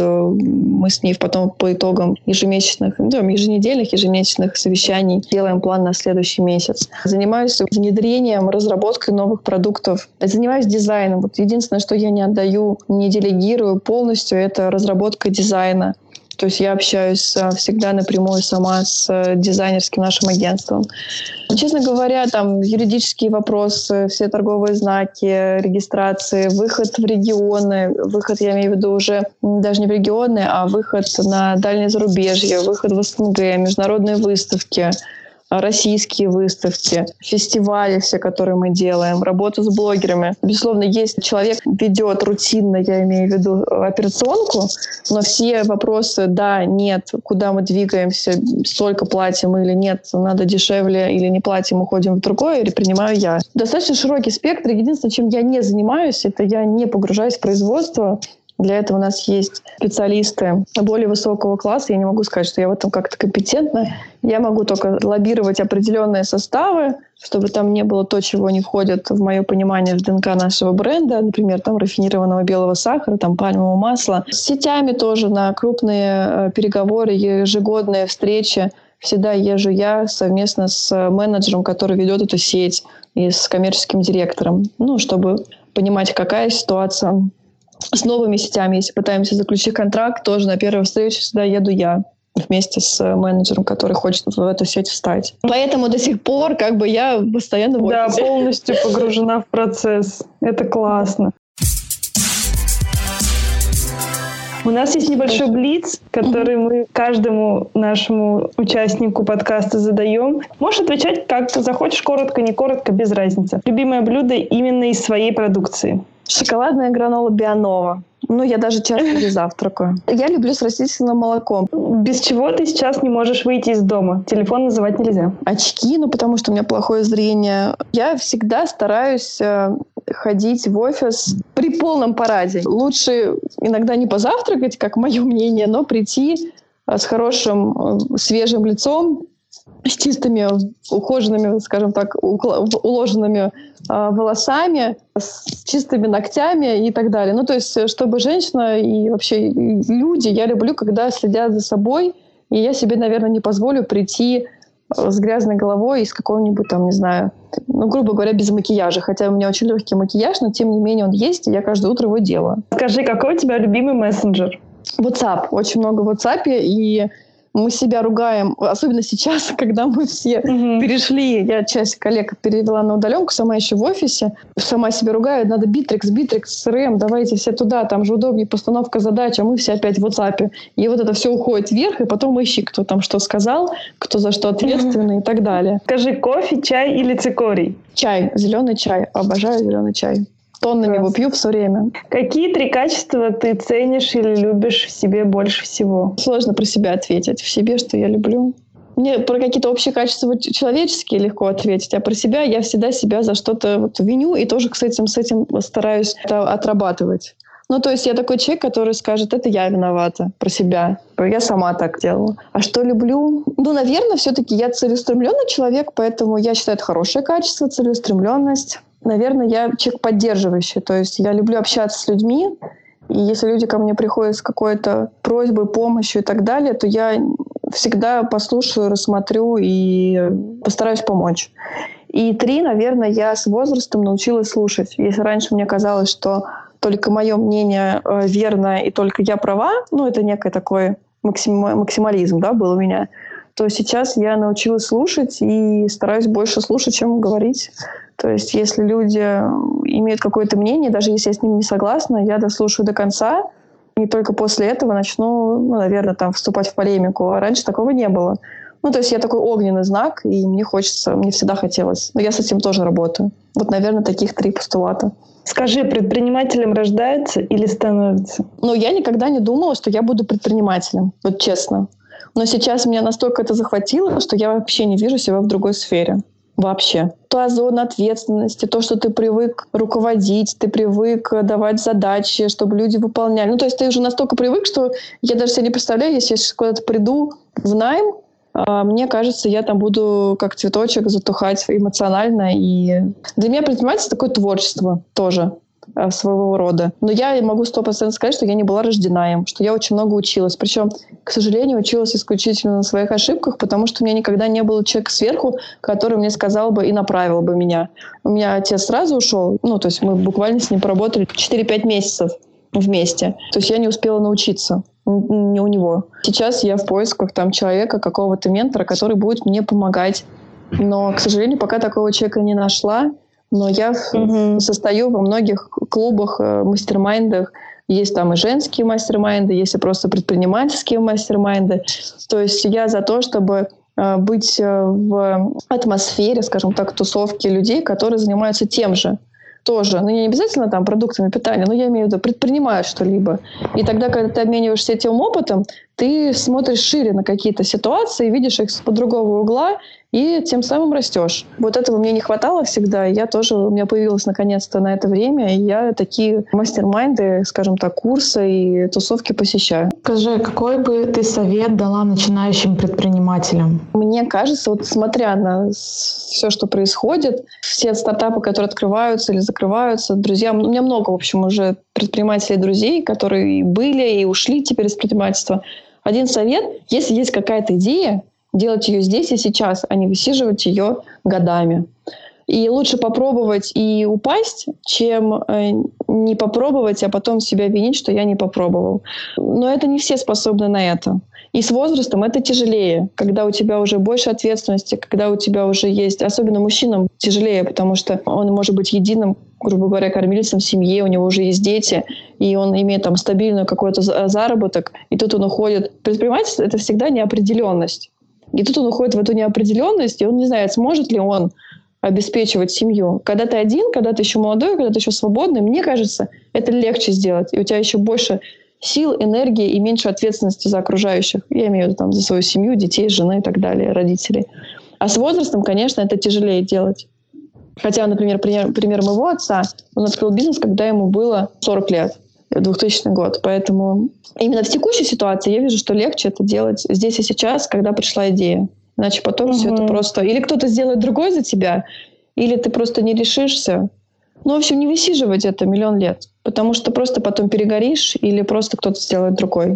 E: Мы с ней потом по итогам еженедельных, ежемесячных совещаний делаем план на следующий месяц. Занимаюсь внедрением, разработкой новых продуктов. Занимаюсь дизайном. Вот единственное, что я не отдаю, не делегирую полностью, это разработка дизайна. То есть я общаюсь всегда напрямую сама с дизайнерским нашим агентством. Честно говоря, там юридические вопросы, все торговые знаки, регистрации, выход в регионы, выход, я имею в виду уже даже не в регионы, а выход на дальнее зарубежье, выход в СНГ, международные выставки, российские выставки, фестивали все, которые мы делаем, работа с блогерами. Безусловно, есть человек ведет рутинно, я имею в виду операционку, но все вопросы «да», «нет», куда мы двигаемся, столько платим или нет, надо дешевле или не платим, уходим в другое, или принимаю я. Достаточно широкий спектр. Единственное, чем я не занимаюсь, это я не погружаюсь в производство. Для этого у нас есть специалисты более высокого класса. Я не могу сказать, что я в этом как-то компетентна. Я могу только лоббировать определенные составы, чтобы там не было то, чего не входит в мое понимание в ДНК нашего бренда. Например, там рафинированного белого сахара, там пальмового масла. С сетями тоже на крупные переговоры, ежегодные встречи. Всегда езжу я совместно с менеджером, который ведет эту сеть, и с коммерческим директором. Чтобы понимать, какая ситуация. С новыми сетями, если пытаемся заключить контракт, тоже на первую встречу всегда еду я вместе с менеджером, который хочет в эту сеть встать. Поэтому до сих пор я постоянно в офисе.
C: Да, полностью погружена в процесс. Это классно. У нас есть небольшой блиц, который мы каждому нашему участнику подкаста задаем. Можешь отвечать, как ты захочешь, коротко, не коротко, без разницы. Любимое блюдо именно из своей продукции?
E: Шоколадная гранола Бионова. Я даже часто не завтракаю. Я люблю с растительным молоком.
C: Без чего ты сейчас не можешь выйти из дома? Телефон называть нельзя.
E: Очки, потому что у меня плохое зрение. Я всегда стараюсь ходить в офис при полном параде. Лучше иногда не позавтракать, как мое мнение, но прийти с хорошим свежим лицом, с чистыми, ухоженными, скажем так, уложенными волосами, с чистыми ногтями и так далее. То есть, чтобы женщина и вообще люди, я люблю, когда следят за собой, и я себе, наверное, не позволю прийти с грязной головой и с какого-нибудь там, не знаю, грубо говоря, без макияжа. Хотя у меня очень легкий макияж, но тем не менее он есть, и я каждое утро его делаю.
C: Скажи, какой у тебя любимый мессенджер?
E: WhatsApp. Очень много в WhatsApp, и мы себя ругаем, особенно сейчас, когда мы все перешли. Я часть коллег перевела на удаленку, сама еще в офисе. Сама себя ругаю, надо Bittrex, CRM, давайте все туда, там же удобнее постановка задач, а мы все опять в WhatsApp. И вот это все уходит вверх, и потом ищи, кто там что сказал, кто за что ответственный и так далее.
C: Скажи, кофе, чай или цикорий?
E: Чай, зеленый чай. Обожаю зеленый чай. Тоннами его пью все время.
C: Какие 3 качества ты ценишь или любишь в себе больше всего?
E: Сложно про себя ответить. В себе, что я люблю. Мне про какие-то общие качества человеческие легко ответить, а про себя я всегда себя за что-то виню и тоже, кстати, с этим стараюсь это отрабатывать. То есть я такой человек, который скажет, это я виновата про себя. Я сама так делала. А что люблю? Наверное, все-таки я целеустремленный человек, поэтому я считаю, это хорошее качество, целеустремленность. Наверное, я человек поддерживающий. То есть я люблю общаться с людьми. И если люди ко мне приходят с какой-то просьбой, помощью и так далее, то я всегда послушаю, рассмотрю и постараюсь помочь. И 3, наверное, я с возрастом научилась слушать. Если раньше мне казалось, что только мое мнение верно и только я права, это некий такой максимализм, был у меня, то сейчас я научилась слушать и стараюсь больше слушать, чем говорить. То есть если люди имеют какое-то мнение, даже если я с ним не согласна, я дослушаю до конца, и только после этого начну, наверное, вступать в полемику. А раньше такого не было. То есть я такой огненный знак, и мне всегда хотелось. Но я с этим тоже работаю. Наверное, таких 3 постулата.
C: Скажи, предпринимателем рождается или становится?
E: Я никогда не думала, что я буду предпринимателем. Честно. Но сейчас меня настолько это захватило, что я вообще не вижу себя в другой сфере. Вообще. Та зона ответственности, то, что ты привык руководить, ты привык давать задачи, чтобы люди выполняли. То есть ты уже настолько привык, что я даже себе не представляю, если я сейчас куда-то приду в найм, мне кажется, я там буду как цветочек затухать эмоционально. И для меня предпринимательство такое творчество тоже своего рода. Но я могу 100% сказать, что я не была рождена им, что я очень много училась. Причем, к сожалению, училась исключительно на своих ошибках, потому что у меня никогда не было человека сверху, который мне сказал бы и направил бы меня. У меня отец сразу ушел, то есть мы буквально с ним поработали 4-5 месяцев вместе. То есть я не успела научиться. Не у него. Сейчас я в поисках человека, какого-то ментора, который будет мне помогать. Но, к сожалению, пока такого человека не нашла. Но я состою во многих клубах, мастер-майндах. Есть там и женские мастер-майнды, есть и просто предпринимательские мастер-майнды. То есть я за то, чтобы быть в атмосфере, скажем так, тусовки людей, которые занимаются тем же. Тоже. Не обязательно там продуктами питания, но я имею в виду, предпринимают что-либо. И тогда, когда ты обмениваешься этим опытом, ты смотришь шире на какие-то ситуации, видишь их с другого угла, и тем самым растешь. Вот этого мне не хватало всегда, и у меня появилось наконец-то на это время, и я такие мастер-майнды, скажем так, курсы и тусовки посещаю.
D: Скажи, какой бы ты совет дала начинающим предпринимателям?
E: Мне кажется, смотря на все, что происходит, все стартапы, которые открываются или закрываются, друзья, у меня много, в общем, уже предпринимателей-друзей, которые были и ушли теперь из предпринимательства. Один совет, если есть какая-то идея, делать ее здесь и сейчас, а не высиживать ее годами. И лучше попробовать и упасть, чем не попробовать, а потом себя винить, что я не попробовал. Но это не все способны на это. И с возрастом это тяжелее, когда у тебя уже больше ответственности, когда у тебя уже есть, особенно мужчинам тяжелее, потому что он может быть единым, грубо говоря, кормильцем в семье, у него уже есть дети, и он имеет там стабильный какой-то заработок, и тут он уходит. Предпринимательство — это всегда неопределенность. И тут он уходит в эту неопределенность, и он не знает, сможет ли он обеспечивать семью. Когда ты один, когда ты еще молодой, когда ты еще свободный, мне кажется, это легче сделать. И у тебя еще больше сил, энергии и меньше ответственности за окружающих. Я имею в виду за свою семью, детей, жены и так далее, родителей. А с возрастом, конечно, это тяжелее делать. Хотя, например, пример моего отца, он открыл бизнес, когда ему было 40 лет. 2000 год. Поэтому именно в текущей ситуации я вижу, что легче это делать здесь и сейчас, когда пришла идея. Иначе потом все это просто... Или кто-то сделает другой за тебя, или ты просто не решишься. В общем, не высиживать это 1 000 000 лет, потому что просто потом перегоришь, или просто кто-то сделает другой.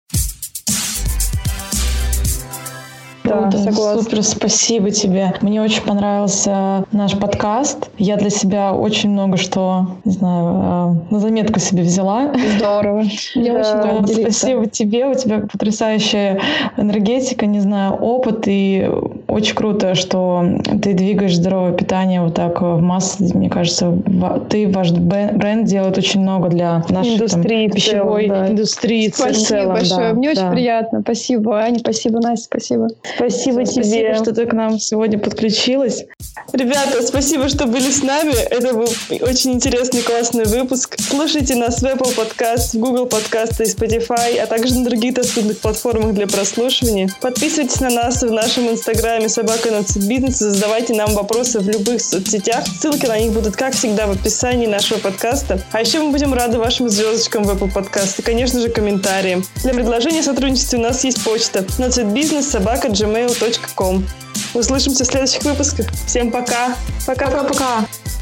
D: Да, согласна. Супер, спасибо тебе. Мне очень понравился наш подкаст. Я для себя очень много что, на заметку себе взяла.
E: Здорово. Мне очень рада делиться.
D: Спасибо тебе. У тебя потрясающая энергетика, опыт. И очень круто, что ты двигаешь здоровое питание вот так в массы. Мне кажется, ваш бренд делает очень много для нашей пищевой индустрии.
E: Спасибо большое. Мне очень приятно. Спасибо, Аня. Спасибо, Настя. Спасибо.
C: Спасибо тебе.
D: Спасибо, что ты к нам сегодня подключилась.
C: Rебята, спасибо, что были с нами. Это был очень интересный, классный выпуск. Слушайте нас в Apple Podcast, в Google Podcast и Spotify, а также на других доступных платформах для прослушивания. Подписывайтесь на нас в нашем инстаграме @NotsitBusiness и задавайте нам вопросы в любых соцсетях. Ссылки на них будут, как всегда, в описании нашего подкаста. А еще мы будем рады вашим звездочкам в Apple Podcast и, конечно же, комментариям. Для предложения о сотрудничестве у нас есть почта notsitbusiness@gmail.com. Услышимся в следующих выпусках. Всем пока.
D: Пока-пока.